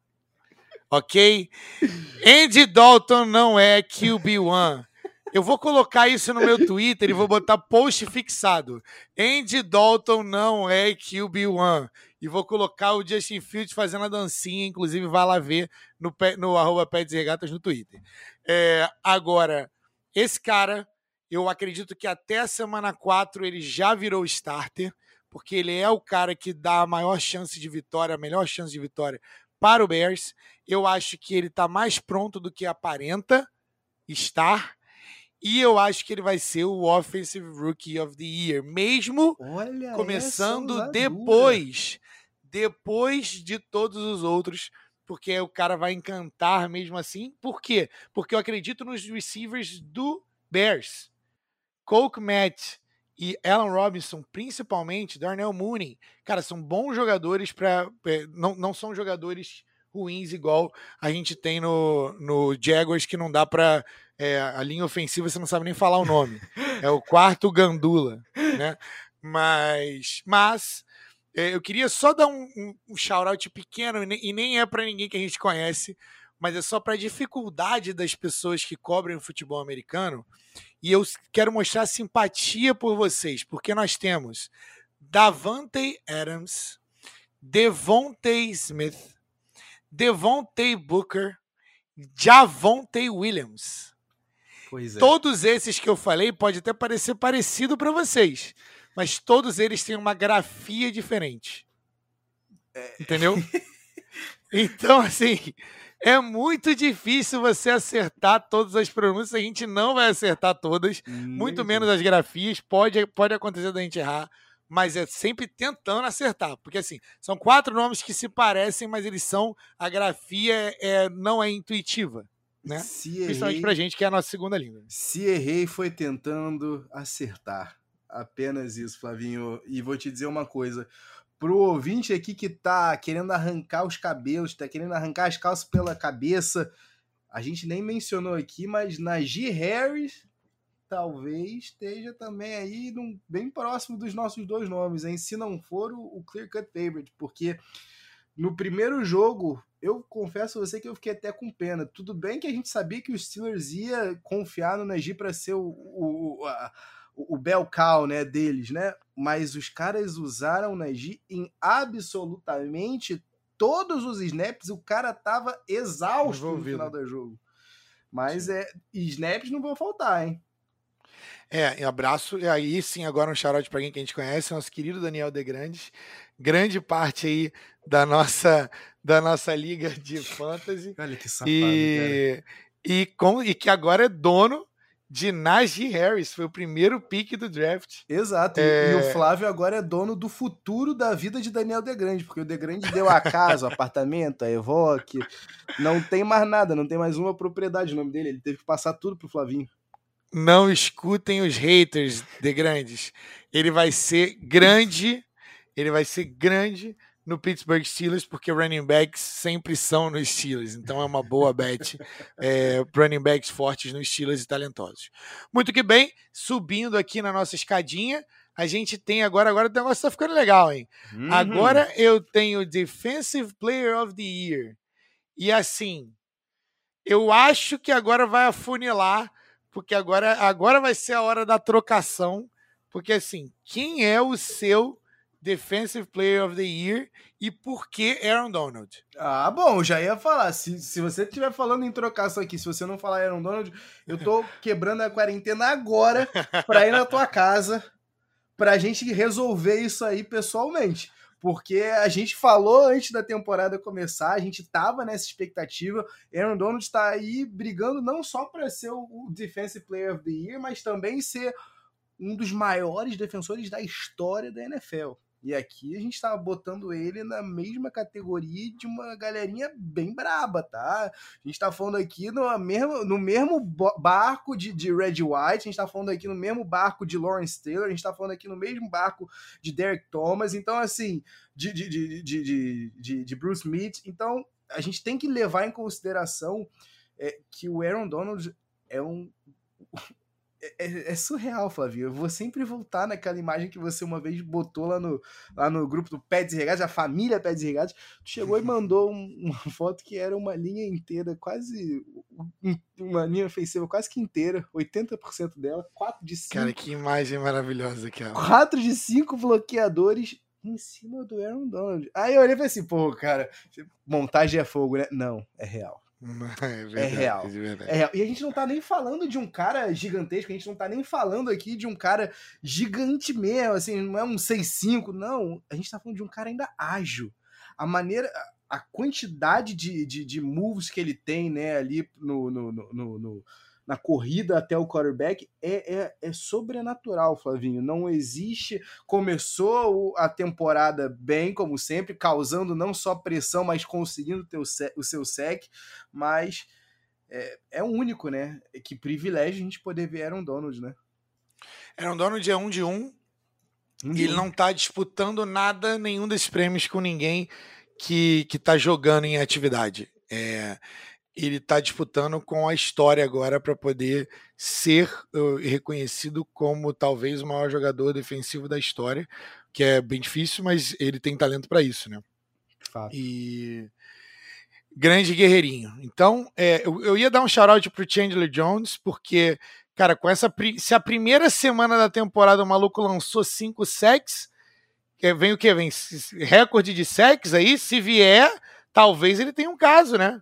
Ok? Andy Dalton não é QB1. Eu vou colocar isso no meu Twitter e vou botar post fixado. Andy Dalton não é QB1. E vou colocar o Justin Fields fazendo a dancinha. Inclusive, vai lá ver no @Pets e Regatas no Twitter. Agora, esse cara, eu acredito que até a semana 4 ele já virou starter, porque ele é o cara que dá a maior chance de vitória, a melhor chance de vitória para o Bears. Eu acho que ele está mais pronto do que aparenta estar. E eu acho que ele vai ser o Offensive Rookie of the Year, mesmo começando depois de todos os outros, porque o cara vai encantar mesmo assim. Por quê? Porque eu acredito nos receivers do Bears. Cole Kmet e Allen Robinson, principalmente, Darnell Mooney, cara, são bons jogadores não são jogadores ruins igual a gente tem no Jaguars, que não dá para a linha ofensiva, você não sabe nem falar o nome. É o quarto gandula, né? Mas eu queria só dar um shout-out pequeno, e nem é para ninguém que a gente conhece, mas é só para a dificuldade das pessoas que cobrem o futebol americano. E eu quero mostrar simpatia por vocês, porque nós temos Davante Adams, Devonta Smith, Devontae Booker, Javonte Williams. Pois é. Todos esses que eu falei pode até parecer parecido para vocês, mas todos eles têm uma grafia diferente. Entendeu? Então, assim, é muito difícil você acertar todas as pronúncias. A gente não vai acertar todas, muito menos as grafias. Pode acontecer da gente errar, mas é sempre tentando acertar. Porque, assim, são 4 nomes que se parecem, mas a grafia não é intuitiva, né? Principalmente pra gente, que é a nossa segunda língua. Se errei, foi tentando acertar. Apenas isso, Flavinho. E vou te dizer uma coisa. Pro ouvinte aqui que tá querendo arrancar os cabelos, tá querendo arrancar as calças pela cabeça, a gente nem mencionou aqui, mas Najee Harris talvez esteja também aí bem próximo dos nossos 2 nomes, hein? Se não for o clear cut favorite, porque no primeiro jogo, eu confesso a você que eu fiquei até com pena. Tudo bem que a gente sabia que os Steelers ia confiar no Najee para ser o bell cow, né, deles, né? Mas os caras usaram o Najee em absolutamente todos os snaps. O cara tava exausto no final do jogo. Mas snaps não vão faltar, hein? Abraço. E aí sim, agora um shout-out para alguém que a gente conhece, nosso querido Daniel De Grandes, grande parte aí da nossa liga de fantasy. Olha que safado, cara. E que agora é dono de Najee Harris, foi o primeiro pick do draft. Exato, e o Flávio agora é dono do futuro da vida de Daniel De Grande, porque o De Grande deu a casa, o apartamento, a Evoque, não tem mais nada, não tem mais uma propriedade, o nome dele, ele teve que passar tudo pro Flavinho. Não escutem os haters de grandes. Ele vai ser grande no Pittsburgh Steelers, porque running backs sempre são nos Steelers. Então é uma boa bet. Running backs fortes nos Steelers e talentosos. Muito que bem, subindo aqui na nossa escadinha, a gente tem agora o negócio tá ficando legal, hein? Agora eu tenho Defensive Player of the Year. E assim, eu acho que agora vai afunilar, porque agora vai ser a hora da trocação, porque assim, quem é o seu Defensive Player of the Year e por que Aaron Donald? Ah, bom, já ia falar. Se você estiver falando em trocação aqui, se você não falar Aaron Donald, eu tô quebrando a quarentena agora pra ir na tua casa pra gente resolver isso aí pessoalmente. Porque a gente falou antes da temporada começar, a gente tava nessa expectativa. Aaron Donald tá aí brigando não só para ser o Defensive Player of the Year, mas também ser um dos maiores defensores da história da NFL. E aqui a gente tava botando ele na mesma categoria de uma galerinha bem braba, tá? A gente tá falando aqui no mesmo barco de Red White, a gente tá falando aqui no mesmo barco de Lawrence Taylor, a gente tá falando aqui no mesmo barco de Derek Thomas, então assim, de Bruce Smith. Então a gente tem que levar em consideração que o Aaron Donald é um... É surreal, Flavinho. Eu vou sempre voltar naquela imagem que você uma vez botou lá no grupo do Pets e Regatas, a família Pets e Regatas. Tu chegou e mandou uma foto que era uma linha inteira, quase uma linha ofensiva quase que inteira, 80% dela, 4 de 5. Cara, que imagem maravilhosa que é. 4 de 5 bloqueadores em cima do Aaron Donald. Aí eu olhei e falei assim, pô, cara, montagem é fogo, né? Não, é real. Verdade, é real. É real. E a gente não tá nem falando de um cara gigantesco, a gente não tá nem falando aqui de um cara gigante mesmo, assim, não é um 6'5", não. A gente tá falando de um cara ainda ágil. A maneira, a quantidade de moves que ele tem, né, ali na corrida até o quarterback é sobrenatural, Flavinho. Não existe... Começou a temporada bem, como sempre, causando não só pressão, mas conseguindo o seu sec, mas é único, né? Que privilégio a gente poder ver Aaron Donald, né? Aaron Donald é 1 de 1. E ele não tá disputando nada, nenhum desses prêmios com ninguém que tá jogando em atividade. Ele está disputando com a história agora para poder ser reconhecido como talvez o maior jogador defensivo da história, que é bem difícil, mas ele tem talento para isso, né? Fato. E grande guerreirinho. Então, eu ia dar um shout-out pro Chandler Jones, porque, cara, se a primeira semana da temporada o maluco lançou 5 sacks, vem o quê? Vem recorde de sacks aí? Se vier, talvez ele tenha um caso, né?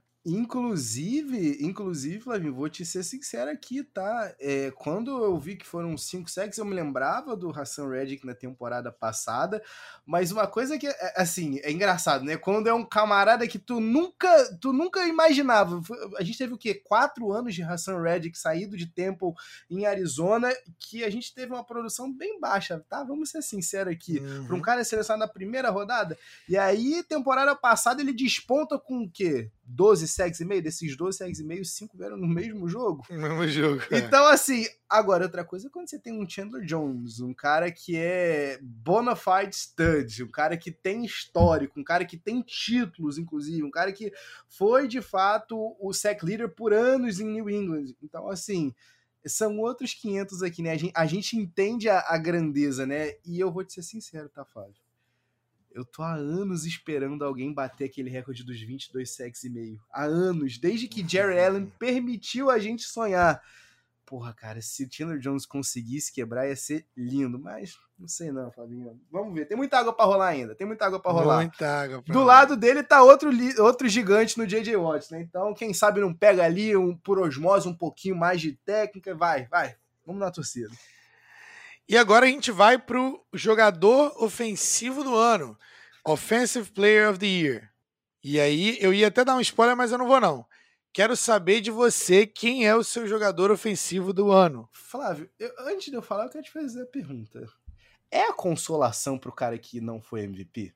Inclusive, Flavinho, vou te ser sincero aqui, tá? Quando eu vi que foram 5 sacks, eu me lembrava do Haason Reddick na temporada passada, mas uma coisa que, assim, é engraçado, né? Quando é um camarada que tu nunca imaginava. A gente teve o quê? 4 anos de Haason Reddick saído de Temple em Arizona, que a gente teve uma produção bem baixa, tá? Vamos ser sinceros aqui. Para um cara selecionado na primeira rodada, e aí, temporada passada, ele desponta com o quê? 12 sacks e meio, desses 12 sacks e meio, 5 vieram no mesmo jogo. Então, assim, agora, outra coisa é quando você tem um Chandler Jones, um cara que é bona fide stud, um cara que tem histórico, um cara que tem títulos, inclusive, um cara que foi, de fato, o sack leader por anos em New England. Então, assim, são outros 500 aqui, né? A gente entende a grandeza, né? E eu vou te ser sincero, tá, Fábio? Eu tô há anos esperando alguém bater aquele recorde dos 22 sacks e meio. Há anos, desde que Jerry Allen permitiu a gente sonhar. Porra, cara, se o Chandler Jones conseguisse quebrar, ia ser lindo. Mas não sei não, Fabinho. Vamos ver. Tem muita água pra rolar ainda. Muita água pra rolar. Lado dele tá outro gigante no J.J. Watt, né? Então, quem sabe não pega ali por osmose um pouquinho mais de técnica. Vai. Vamos na torcida. E agora a gente vai pro jogador ofensivo do ano. Offensive Player of the Year. E aí, eu ia até dar um spoiler, mas eu não vou não. Quero saber de você quem é o seu jogador ofensivo do ano. Flávio, antes de eu falar, eu quero te fazer a pergunta. É a consolação pro cara que não foi MVP?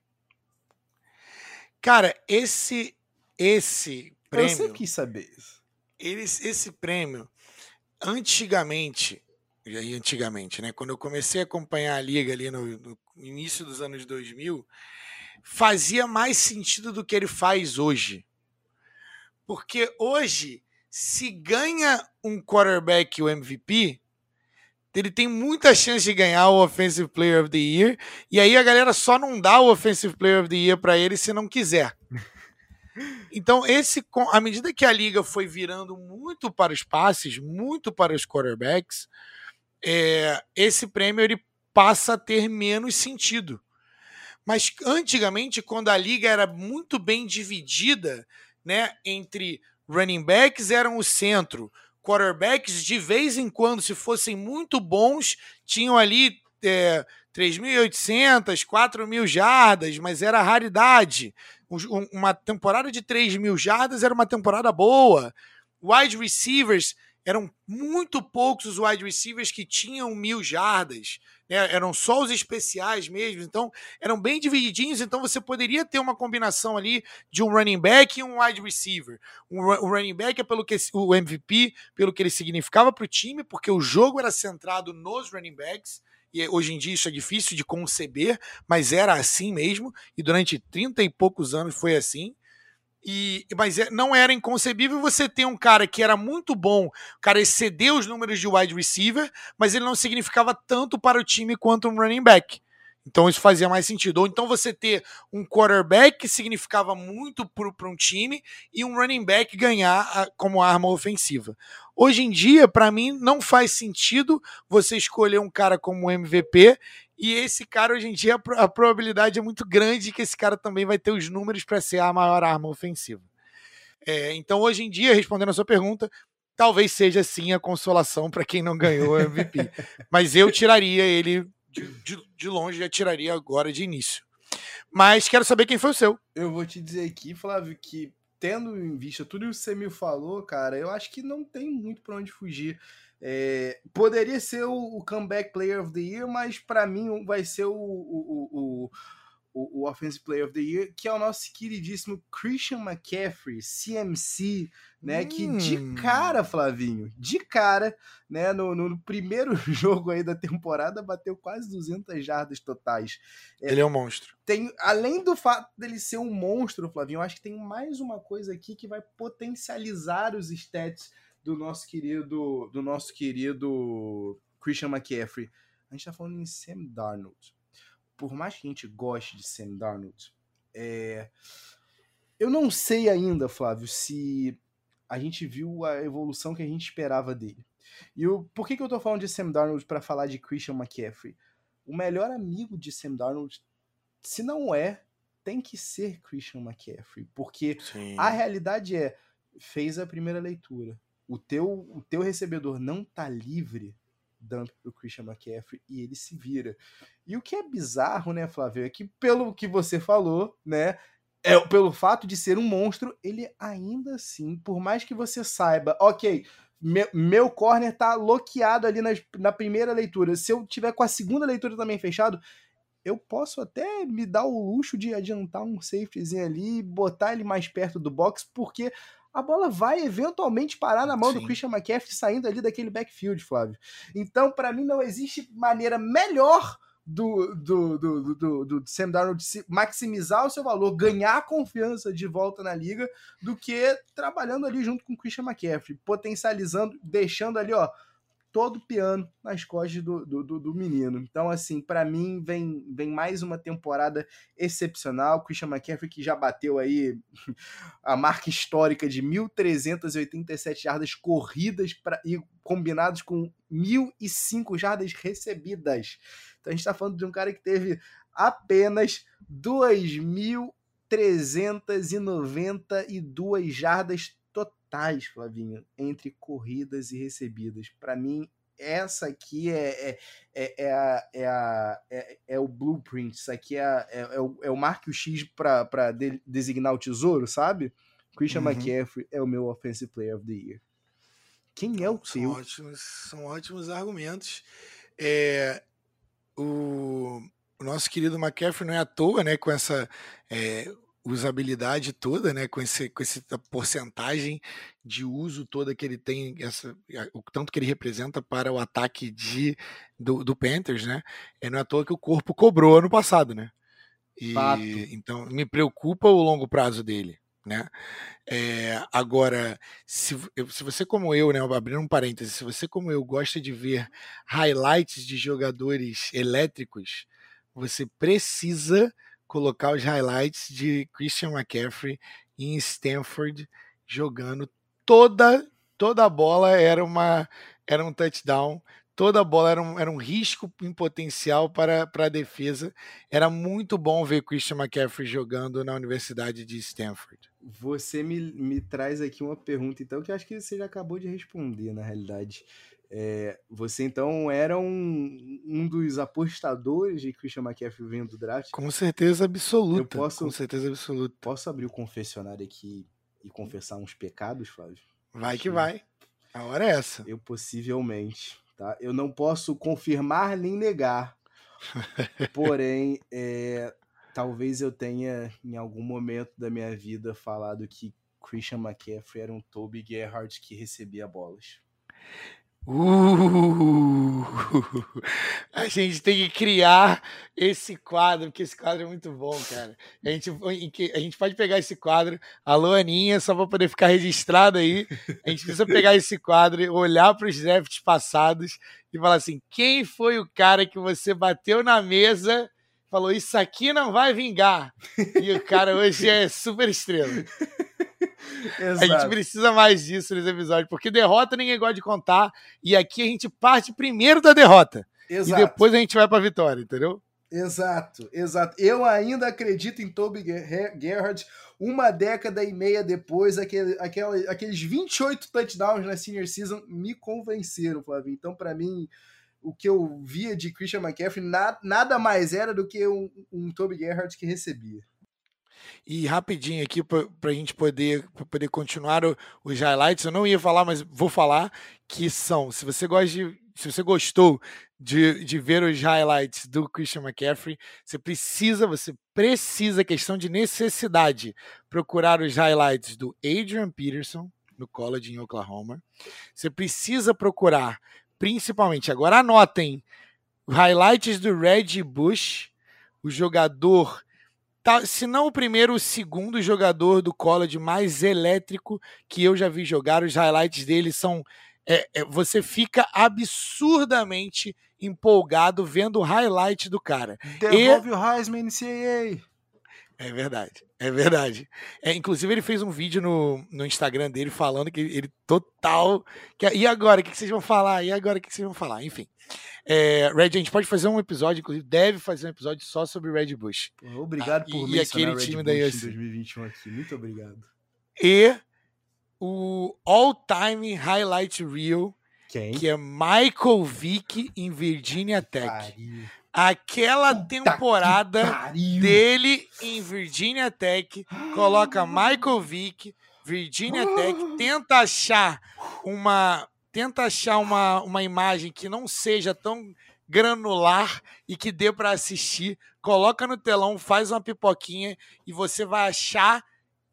Cara, esse prêmio... Eu sempre quis saber isso. Esse prêmio antigamente, e aí antigamente, né? Quando eu comecei a acompanhar a liga ali no início dos anos 2000, fazia mais sentido do que ele faz hoje. Porque hoje, se ganha um quarterback o MVP, ele tem muita chance de ganhar o Offensive Player of the Year, e aí a galera só não dá o Offensive Player of the Year para ele se não quiser. Então, à medida que a liga foi virando muito para os passes, muito para os quarterbacks, esse prêmio ele passa a ter menos sentido. Mas antigamente, quando a liga era muito bem dividida, né, entre running backs eram o centro, quarterbacks de vez em quando, se fossem muito bons, tinham ali 3.800, 4.000 jardas, mas era raridade. Uma temporada de 3.000 jardas era uma temporada boa. Wide receivers, eram muito poucos os wide receivers que tinham 1.000 jardas. Eram só os especiais mesmo, então eram bem divididinhos, então você poderia ter uma combinação ali de um running back e um wide receiver. O running back é o MVP, pelo que ele significava para o time, porque o jogo era centrado nos running backs, e hoje em dia isso é difícil de conceber, mas era assim mesmo, e durante 30 e poucos anos foi assim. Mas não era inconcebível você ter um cara que era muito bom, o cara excedeu os números de wide receiver, mas ele não significava tanto para o time quanto um running back. Então isso fazia mais sentido. Ou então você ter um quarterback que significava muito para um time e um running back ganhar como arma ofensiva. Hoje em dia, para mim, não faz sentido você escolher um cara como MVP, e esse cara, hoje em dia, a probabilidade é muito grande de que esse cara também vai ter os números para ser a maior arma ofensiva. Então, hoje em dia, respondendo a sua pergunta, talvez seja sim a consolação para quem não ganhou o MVP. Mas eu tiraria ele de longe, já tiraria agora de início. Mas quero saber quem foi o seu. Eu vou te dizer aqui, Flávio, que tendo em vista tudo isso que você me falou, cara, eu acho que não tem muito para onde fugir. Poderia ser o Comeback Player of the Year, mas para mim vai ser o Offensive Player of the Year, que é o nosso queridíssimo Christian McCaffrey, CMC, né? Que de cara, Flavinho, de cara, né? No primeiro jogo aí da temporada, bateu quase 200 jardas totais. Ele é um monstro. Além do fato dele ser um monstro, Flavinho, eu acho que tem mais uma coisa aqui que vai potencializar os stats do nosso querido Christian McCaffrey. A gente tá falando em Sam Darnold. Por mais que a gente goste de Sam Darnold, eu não sei ainda, Flávio, se a gente viu a evolução que a gente esperava dele. E por que eu tô falando de Sam Darnold para falar de Christian McCaffrey? O melhor amigo de Sam Darnold, se não tem que ser Christian McCaffrey, porque sim, a realidade fez a primeira leitura. O teu recebedor não tá livre, dump pro Christian McCaffrey e ele se vira. E o que é bizarro, né, Flávio, é que pelo que você falou, né, pelo fato de ser um monstro, ele ainda assim, por mais que você saiba, ok, meu corner tá bloqueado ali na primeira leitura, se eu tiver com a segunda leitura também fechado, eu posso até me dar o luxo de adiantar um safetyzinho ali e botar ele mais perto do box, porque a bola vai eventualmente parar na mão do Christian McCaffrey saindo ali daquele backfield, Flávio. Então, para mim, não existe maneira melhor do Sam Darnold maximizar o seu valor, ganhar a confiança de volta na liga, do que trabalhando ali junto com o Christian McCaffrey, potencializando, deixando ali, ó, todo piano nas costas do menino. Então, assim, para mim, vem mais uma temporada excepcional. Christian McCaffrey, que já bateu aí a marca histórica de 1.387 jardas corridas e combinados com 1.005 jardas recebidas. Então, a gente está falando de um cara que teve apenas 2.392 jardas totais, Flavinho, entre corridas e recebidas. Para mim, essa aqui é o blueprint, isso aqui é o marco X para designar o tesouro, sabe? Christian McCaffrey é o meu Offensive Player of the Year. Quem é o teu? São ótimos argumentos. O nosso querido McCaffrey não é à toa, né, com essa usabilidade toda, né? Com essa porcentagem de uso toda que ele tem, o tanto que ele representa para o ataque do Panthers, né? Não é à toa que o corpo cobrou ano passado, né? Fato. Então me preocupa o longo prazo dele, né? Agora, se você como eu, né, abrindo um parênteses, se você como eu gosta de ver highlights de jogadores elétricos, você precisa colocar os highlights de Christian McCaffrey em Stanford jogando toda a bola era um touchdown, toda a bola era um risco em potencial para a defesa. Era muito bom ver Christian McCaffrey jogando na Universidade de Stanford. Você me traz aqui uma pergunta, então, que eu acho que você já acabou de responder, na realidade. Você, então, era um dos apostadores de Christian McCaffrey vindo do draft? Com certeza absoluta. Com certeza absoluta. Posso abrir o confessionário aqui e confessar uns pecados, Flávio? Vai que vai. A hora é essa. Eu possivelmente, tá? Eu não posso confirmar nem negar. Porém, talvez eu tenha, em algum momento da minha vida, falado que Christian McCaffrey era um Toby Gerhart que recebia bolas. A gente tem que criar esse quadro, porque esse quadro é muito bom, cara. A gente pode pegar esse quadro, alô Aninha, só para poder ficar registrado aí. A gente precisa pegar esse quadro, olhar para os drafts passados e falar assim: quem foi o cara que você bateu na mesa e falou, isso aqui não vai vingar? E o cara hoje é super estrela. Exato. A gente precisa mais disso nesse episódio, porque derrota ninguém gosta de contar, e aqui a gente parte primeiro da derrota. Exato. E depois a gente vai para a vitória, entendeu? Exato. Eu ainda acredito em Toby Gerhart, uma década e meia depois, aqueles 28 touchdowns na senior season me convenceram, Flavinho. Então, para mim, o que eu via de Christian McCaffrey nada mais era do que um Toby Gerhart que recebia. E rapidinho aqui, para a gente poder continuar os highlights, eu não ia falar, mas vou falar, que são, se você gostou de ver os highlights do Christian McCaffrey, você precisa, questão de necessidade, procurar os highlights do Adrian Peterson, no college em Oklahoma. Você precisa procurar, principalmente, agora anotem, highlights do Reggie Bush, o jogador... se não o primeiro, o segundo jogador do college mais elétrico que eu já vi jogar. Os highlights dele são... você fica absurdamente empolgado vendo o highlight do cara. Devolve o Heisman NCAA. É verdade. Inclusive, ele fez um vídeo no Instagram dele falando que ele total... E agora, o que vocês vão falar? Enfim. Red, a gente pode fazer um episódio, inclusive deve fazer um episódio só sobre Red Bush. Obrigado por mencionar aquele time da USC em 2021 aqui. Muito obrigado. E o all-time highlight reel, que é Michael Vick em Virginia Tech. Aquela temporada dele em Virginia Tech, coloca Michael Vick, Virginia Tech, tenta achar uma imagem que não seja tão granular e que dê para assistir, coloca no telão, faz uma pipoquinha e você vai achar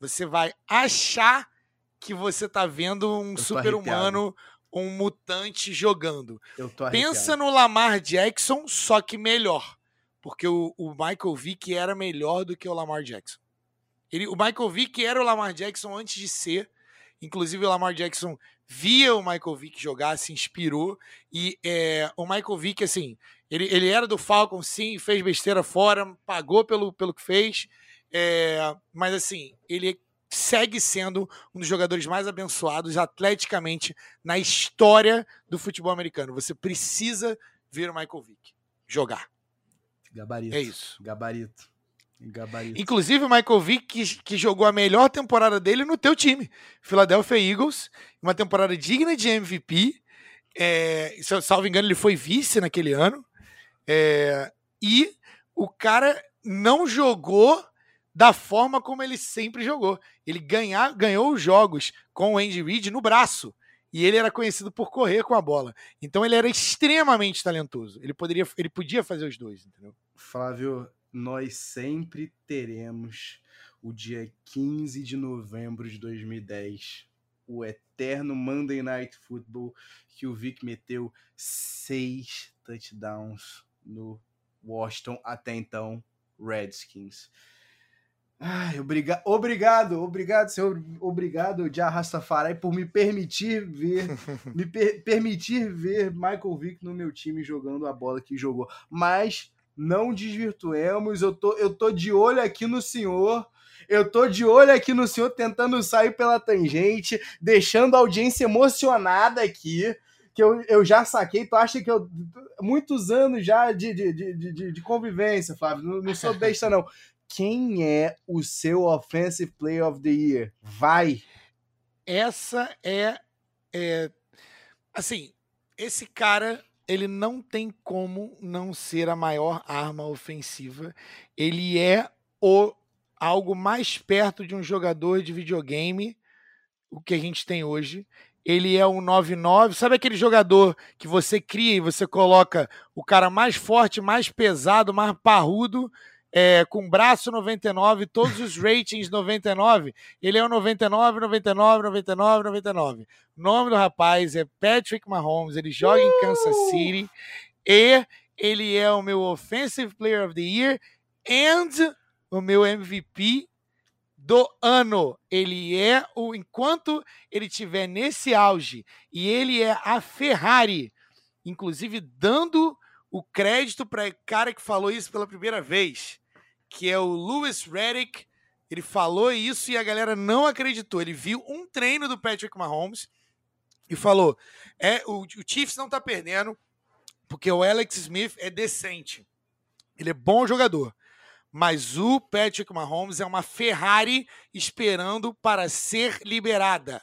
que você está vendo um super-humano, um mutante jogando. Pensa no Lamar Jackson, só que melhor, porque o Michael Vick era melhor do que o Lamar Jackson. O Michael Vick era o Lamar Jackson antes de ser. Inclusive, o Lamar Jackson via o Michael Vick jogar, se inspirou. E o Michael Vick, assim, ele era do Falcons, sim, fez besteira fora, pagou pelo que fez. Mas, assim, ele segue sendo um dos jogadores mais abençoados atleticamente na história do futebol americano. Você precisa ver o Michael Vick jogar. Gabarito. É isso. Gabarito. Inclusive o Michael Vick que jogou a melhor temporada dele no teu time, Philadelphia Eagles, uma temporada digna de MVP. Se eu salvo engano, ele foi vice naquele ano. E o cara não jogou da forma como ele sempre jogou. Ele ganhou os jogos com o Andy Reid no braço. E ele era conhecido por correr com a bola. Então ele era extremamente talentoso. Ele podia fazer os dois, entendeu? Flávio, nós sempre teremos o dia 15 de novembro de 2010. O eterno Monday Night Football, que o Vic meteu 6 touchdowns no Washington, até então, Redskins. Ai, obrigado, senhor, obrigado, Jah Rastafari, por me permitir ver, permitir ver Michael Vick no meu time jogando a bola que jogou. Mas não desvirtuemos, eu tô de olho aqui no senhor. Eu tô de olho aqui no senhor tentando sair pela tangente, deixando a audiência emocionada aqui, que eu já saquei. Tu acha que eu... Muitos anos já de convivência, Flávio, não sou besta não. Quem é o seu Offensive Player of the Year? Vai! Essa assim, esse cara, ele não tem como não ser a maior arma ofensiva. Ele é algo mais perto de um jogador de videogame, o que a gente tem hoje. Ele é um 9-9. Sabe aquele jogador que você cria e você coloca o cara mais forte, mais pesado, mais parrudo, com braço 99, todos os ratings 99? Ele é o 99, 99, 99, 99. O nome do rapaz é Patrick Mahomes. Ele joga em Kansas City e ele é o meu Offensive Player of the Year and o meu MVP do ano. Ele é enquanto ele estiver nesse auge, e ele é a Ferrari, inclusive dando o crédito para o cara que falou isso pela primeira vez, que é o Louis Riddick. Ele falou isso e a galera não acreditou. Ele viu um treino do Patrick Mahomes e falou, o Chiefs não tá perdendo porque o Alex Smith é decente. Ele é bom jogador. Mas o Patrick Mahomes é uma Ferrari esperando para ser liberada.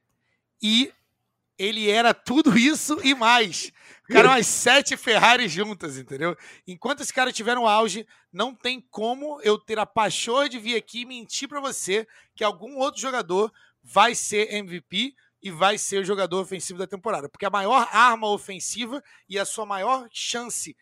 E ele era tudo isso e mais. Cara, umas 7 Ferraris juntas, entendeu? Enquanto esse cara tiver no auge, não tem como eu ter a paixão de vir aqui e mentir para você que algum outro jogador vai ser MVP e vai ser o jogador ofensivo da temporada. Porque a maior arma ofensiva e a sua maior chance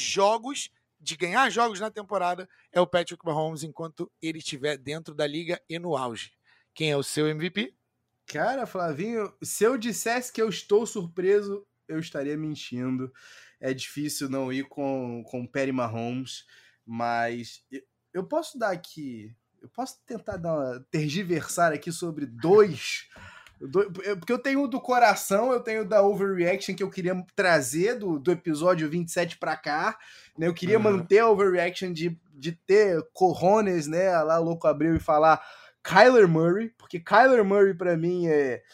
de ganhar jogos na temporada é o Patrick Mahomes enquanto ele estiver dentro da liga e no auge. Quem é o seu MVP? Cara, Flavinho, se eu dissesse que eu estou surpreso, eu estaria mentindo. É difícil não ir com Patty Mahomes, mas eu posso dar aqui... Eu posso tentar tergiversar aqui sobre dois... Porque eu tenho do coração, eu tenho da overreaction que eu queria trazer do episódio 27 pra cá, né? Eu queria manter a overreaction de ter cojones, né? Lá louco abriu e falar Kyler Murray, porque Kyler Murray pra mim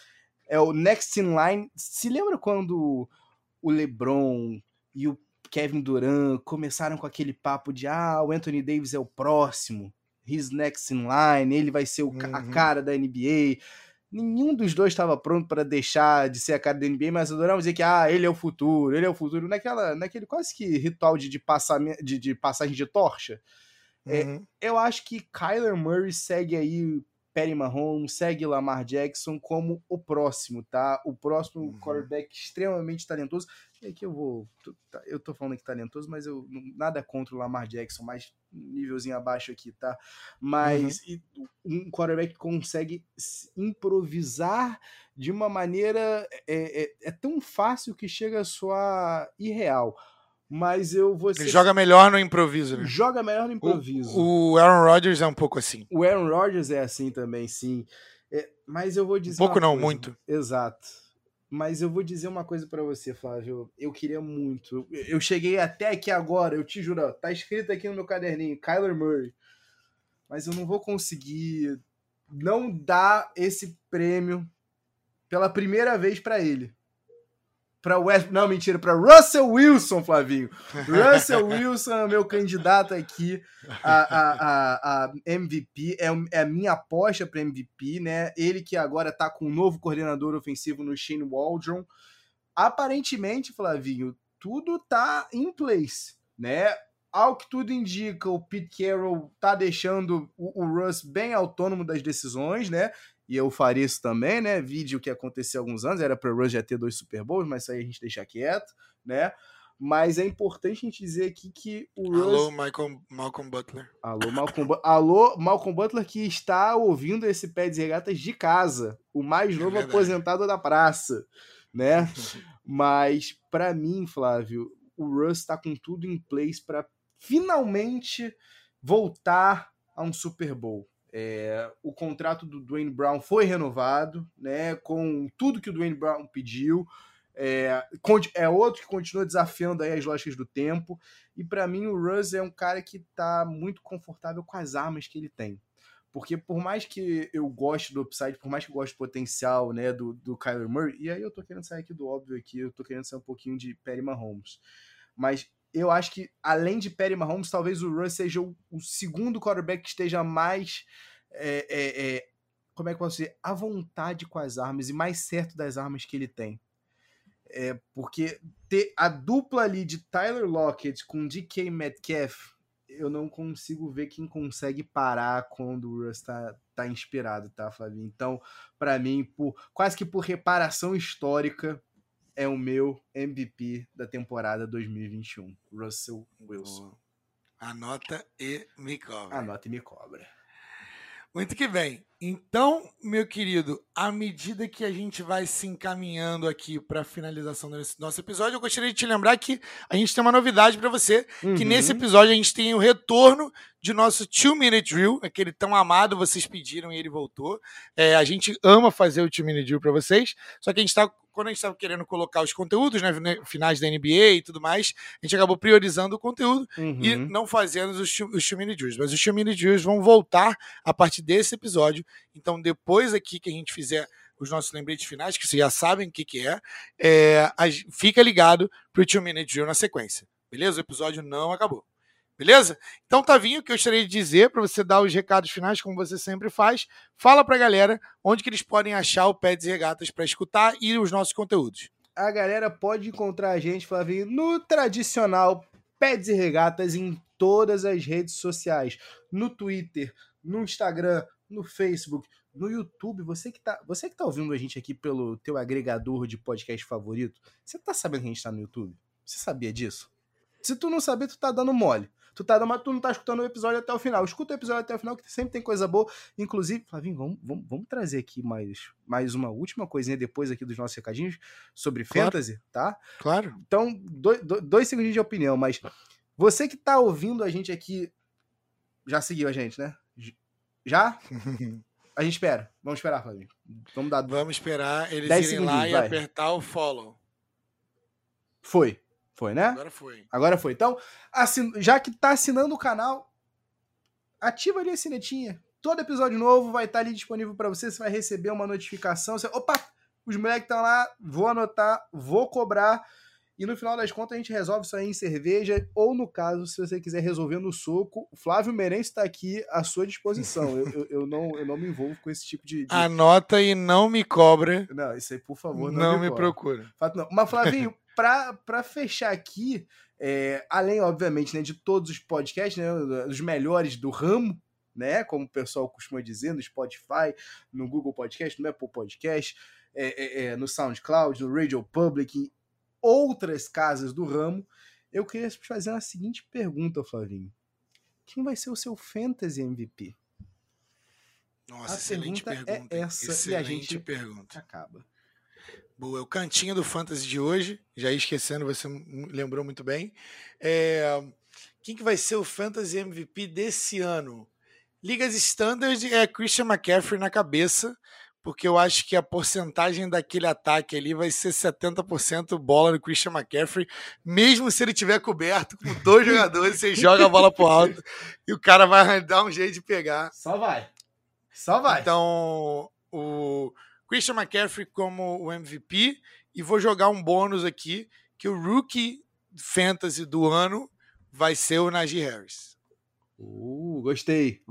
é o next in line. Se lembra quando o LeBron e o Kevin Durant começaram com aquele papo de o Anthony Davis é o próximo, he's next in line, ele vai ser a cara da NBA. Nenhum dos dois estava pronto para deixar de ser a cara da NBA, mas adoramos dizer que ele é o futuro, naquele quase que ritual de passagem de torcha. Eu acho que Kyler Murray segue aí Patty Mahomes, segue Lamar Jackson como o próximo, tá? O próximo quarterback extremamente talentoso. E aqui eu tô falando aqui talentoso, mas nada contra o Lamar Jackson, mais nívelzinho abaixo aqui, tá? Mas um quarterback que consegue improvisar de uma maneira é tão fácil que chega a soar irreal. Mas eu vou ser... Ele joga melhor no improviso, né? Joga melhor no improviso. O Aaron Rodgers é um pouco assim. O Aaron Rodgers é assim também, sim. Mas eu vou dizer pouco não, muito. Exato. Mas eu vou dizer uma coisa pra você, Flávio. Eu queria muito. Eu cheguei até aqui agora, eu te juro, tá escrito aqui no meu caderninho, Kyler Murray. Mas eu não vou conseguir não dar esse prêmio pela primeira vez pra ele. Pra Russell Wilson, Flavinho. Russell Wilson é o meu candidato aqui a MVP, é a minha aposta para MVP, né? Ele que agora tá com um novo coordenador ofensivo no Shane Waldron. Aparentemente, Flavinho, tudo tá in place, né? Ao que tudo indica, o Pete Carroll tá deixando o Russ bem autônomo das decisões, né? E eu faria isso também, né? Vídeo que aconteceu há alguns anos, era para o Russ já ter 2 Super Bowls, mas isso aí a gente deixa quieto, né? Mas é importante a gente dizer aqui que o Alô, Russ... Malcolm Butler. Alô, Malcolm Butler, que está ouvindo esse Pé de Regatas de casa. O mais novo aposentado da praça, né? Mas, para mim, Flávio, o Russ está com tudo em place para finalmente voltar a um Super Bowl. O contrato do Dwayne Brown foi renovado, né, com tudo que o Dwayne Brown pediu. Outro que continua desafiando aí as lógicas do tempo. E para mim o Russ é um cara que está muito confortável com as armas que ele tem. Porque por mais que eu goste do upside, por mais que eu goste do potencial, né, do Kyler Murray, e aí eu tô querendo sair aqui do óbvio aqui, eu tô querendo sair um pouquinho de Patty Mahomes. Mas eu acho que, além de Patty Mahomes, talvez o Russ seja o segundo quarterback que esteja mais, como é que eu posso dizer, à vontade com as armas e mais certo das armas que ele tem. Porque ter a dupla ali de Tyler Lockett com DK Metcalf, eu não consigo ver quem consegue parar quando o Russ tá inspirado, tá, Flavinho? Então, para mim, quase que por reparação histórica, é o meu MVP da temporada 2021, Russell Wilson. Anota e me cobra. Anota e me cobra. Muito que bem. Então, meu querido, à medida que a gente vai se encaminhando aqui para a finalização desse nosso episódio, eu gostaria de te lembrar que a gente tem uma novidade para você, que nesse episódio a gente tem o retorno de nosso 2-Minute Drill, aquele tão amado, vocês pediram e ele voltou. A gente ama fazer o 2-Minute Drill para vocês, só que quando a gente estava querendo colocar os conteúdos, né, finais da NBA e tudo mais, a gente acabou priorizando o conteúdo e não fazendo os 2-Minute Drills. Mas os 2-Minute Drills vão voltar a partir desse episódio. Então, depois aqui que a gente fizer os nossos lembretes finais, que vocês já sabem o que fica ligado para o 2-Minute Drill na sequência. Beleza? O episódio não acabou. Beleza? Então, Tavinho, o que eu gostaria de dizer para você dar os recados finais, como você sempre faz, fala para a galera onde que eles podem achar o Pés e Regatas para escutar e os nossos conteúdos. A galera pode encontrar a gente, Flavinho, no tradicional Pés e Regatas em todas as redes sociais. No Twitter, no Instagram, no Facebook, no YouTube. Você que tá ouvindo a gente aqui pelo teu agregador de podcast favorito, você tá sabendo que a gente tá no YouTube? Você sabia disso? Se tu não sabia, tu tá dando mole. Tu não tá escutando o episódio até o final. Escuta o episódio até o final, que sempre tem coisa boa. Inclusive, Flavinho, vamos trazer aqui mais uma última coisinha depois aqui dos nossos recadinhos sobre Fantasy, tá? Claro. Então, 2 segundinhos de opinião, mas você que tá ouvindo a gente aqui, já seguiu a gente, né? Já? A gente espera. Vamos esperar, Flavinho. Vamos esperar eles irem lá e apertar o follow. Foi, né? Agora foi. Então, já que tá assinando o canal, ativa ali a sinetinha. Todo episódio novo vai estar ali disponível para você. Você vai receber uma notificação. Opa, os moleques estão lá. Vou anotar, vou cobrar. E no final das contas a gente resolve isso aí em cerveja. Ou no caso, se você quiser resolver no soco, o Flávio Meirense está aqui à sua disposição. eu não me envolvo com esse tipo de... Anota e não me cobra. Não, isso aí, por favor, não me procura. Fato não. Mas, Flavinho, para fechar aqui, além, obviamente, né, de todos os podcasts, né, os melhores do ramo, né, como o pessoal costuma dizer, no Spotify, no Google Podcast, no Apple Podcast, no SoundCloud, no Radio Public, outras casas do ramo, eu queria te fazer a seguinte pergunta, Flavinho. Quem vai ser o seu Fantasy MVP? Nossa, excelente pergunta. É essa, excelente, e a gente pergunta. Acaba. Boa, é o cantinho do Fantasy de hoje. Já ia esquecendo, você lembrou muito bem. Quem que vai ser o Fantasy MVP desse ano? Ligas Standard é Christian McCaffrey na cabeça, porque eu acho que a porcentagem daquele ataque ali vai ser 70% bola no Christian McCaffrey, mesmo se ele tiver coberto com 2 jogadores, você joga a bola pro alto e o cara vai dar um jeito de pegar. Só vai. Então, o Christian McCaffrey como o MVP, e vou jogar um bônus aqui, que o Rookie Fantasy do ano vai ser o Najee Harris. Gostei.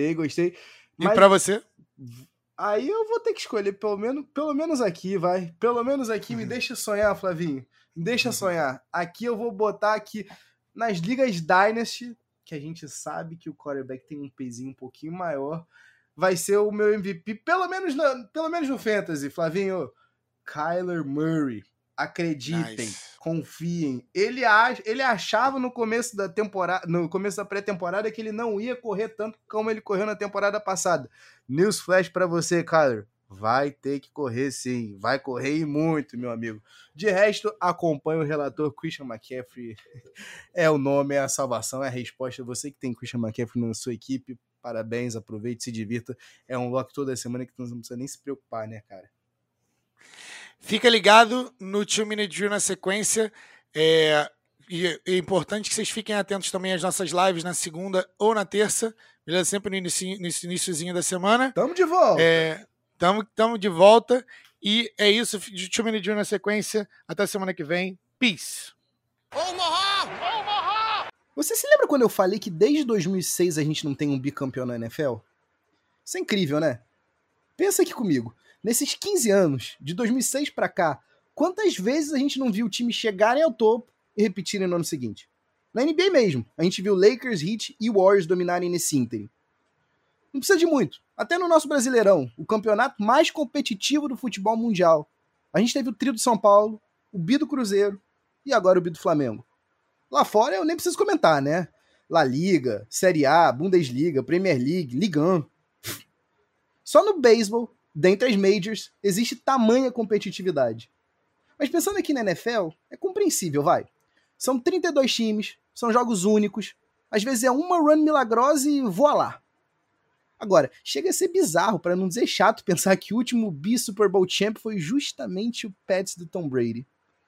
E pra você? Aí eu vou ter que escolher pelo menos aqui, vai. Pelo menos aqui, me deixa sonhar, Flavinho. Me deixa sonhar. Aqui eu vou botar aqui nas ligas Dynasty, que a gente sabe que o quarterback tem um pezinho um pouquinho maior, vai ser o meu MVP, pelo menos no Fantasy, Flavinho. Kyler Murray. Acreditem. Nice. Confiem. Ele achava no começo da temporada, no começo da pré-temporada, que ele não ia correr tanto como ele correu na temporada passada. Newsflash pra você, Kyler. Vai ter que correr sim. Vai correr e muito, meu amigo. De resto, acompanhe o relator Christian McCaffrey. É o nome, é a salvação, é a resposta. Você que tem Christian McCaffrey na sua equipe, parabéns, aproveite, se divirta. É um lock toda semana que não precisa nem se preocupar, né, cara? Fica ligado no 2 Minute Drill na sequência. E é importante que vocês fiquem atentos também às nossas lives na segunda ou na terça, beleza? Sempre no iniciozinho da semana. Tamo de volta! Tamo de volta. E é isso, 2 Minute Drill na sequência. Até semana que vem. Peace! Você se lembra quando eu falei que desde 2006 a gente não tem um bicampeão na NFL? Isso é incrível, né? Pensa aqui comigo. Nesses 15 anos, de 2006 pra cá, quantas vezes a gente não viu o time chegarem ao topo e repetirem no ano seguinte? Na NBA mesmo, a gente viu Lakers, Heat e Warriors dominarem nesse ínterim. Não precisa de muito. Até no nosso Brasileirão, o campeonato mais competitivo do futebol mundial. A gente teve o Tri do São Paulo, o Bi do Cruzeiro e agora o Bi do Flamengo. Lá fora eu nem preciso comentar, né? La Liga, Série A, Bundesliga, Premier League, Ligue 1. Só no beisebol, dentre as majors, existe tamanha competitividade. Mas pensando aqui na NFL, é compreensível, vai. São 32 times, são jogos únicos, às vezes é uma run milagrosa e voa lá. Agora, chega a ser bizarro, para não dizer chato, pensar que o último Super Bowl champ foi justamente o Pats do Tom Brady.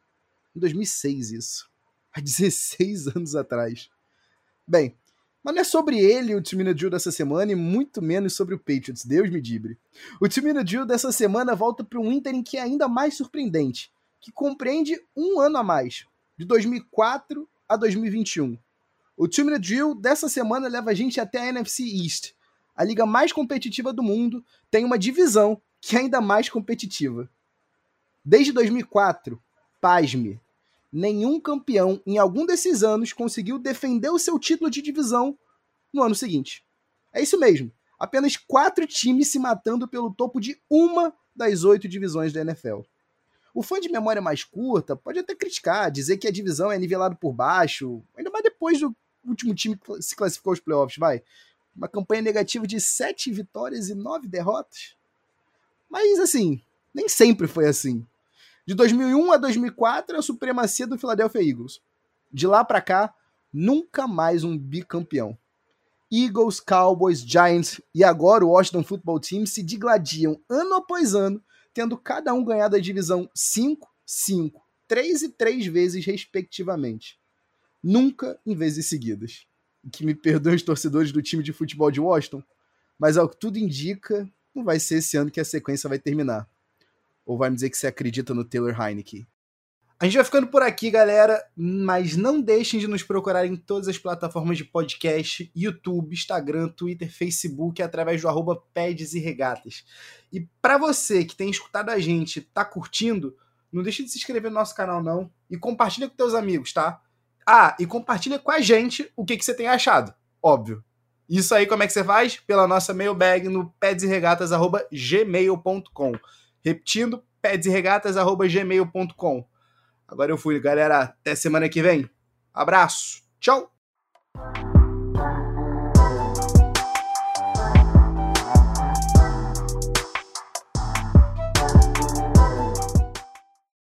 Em 2006 isso. Há 16 anos atrás. Bem, mas não é sobre ele o 2 Minute Drill dessa semana e muito menos sobre o Patriots, Deus me livre. O 2 Minute Drill dessa semana volta para um ínterim que é ainda mais surpreendente, que compreende um ano a mais, de 2004 a 2021. O 2 Minute Drill dessa semana leva a gente até a NFC East, a liga mais competitiva do mundo, tem uma divisão que é ainda mais competitiva. Desde 2004, pasme, nenhum campeão em algum desses anos conseguiu defender o seu título de divisão no ano seguinte. É isso mesmo. Apenas 4 times se matando pelo topo de uma das 8 divisões da NFL. O fã de memória mais curta pode até criticar, dizer que a divisão é nivelada por baixo, ainda mais depois do último time que se classificou aos playoffs, vai. Uma campanha negativa de 7 vitórias e 9 derrotas. Mas, assim, nem sempre foi assim. De 2001 a 2004, a supremacia do Philadelphia Eagles. De lá pra cá, nunca mais um bicampeão. Eagles, Cowboys, Giants e agora o Washington Football Team se digladiam ano após ano, tendo cada um ganhado a divisão 5, 5, 3 e 3 vezes respectivamente. Nunca em vezes seguidas. Que me perdoem os torcedores do time de futebol de Washington, mas ao que tudo indica, não vai ser esse ano que a sequência vai terminar. Ou vai me dizer que você acredita no Taylor Heinicke? A gente vai ficando por aqui, galera, mas não deixem de nos procurar em todas as plataformas de podcast, YouTube, Instagram, Twitter, Facebook, através do @Pads e Regatas. E para você que tem escutado a gente, tá curtindo, não deixe de se inscrever no nosso canal não, e compartilha com teus amigos, tá? Ah, e compartilha com a gente o que você tem achado, óbvio. Isso aí como é que você faz? Pela nossa mailbag no padsregatas@gmail.com. Repetindo, padsregatas@gmail.com. Agora eu fui, galera. Até semana que vem. Abraço. Tchau.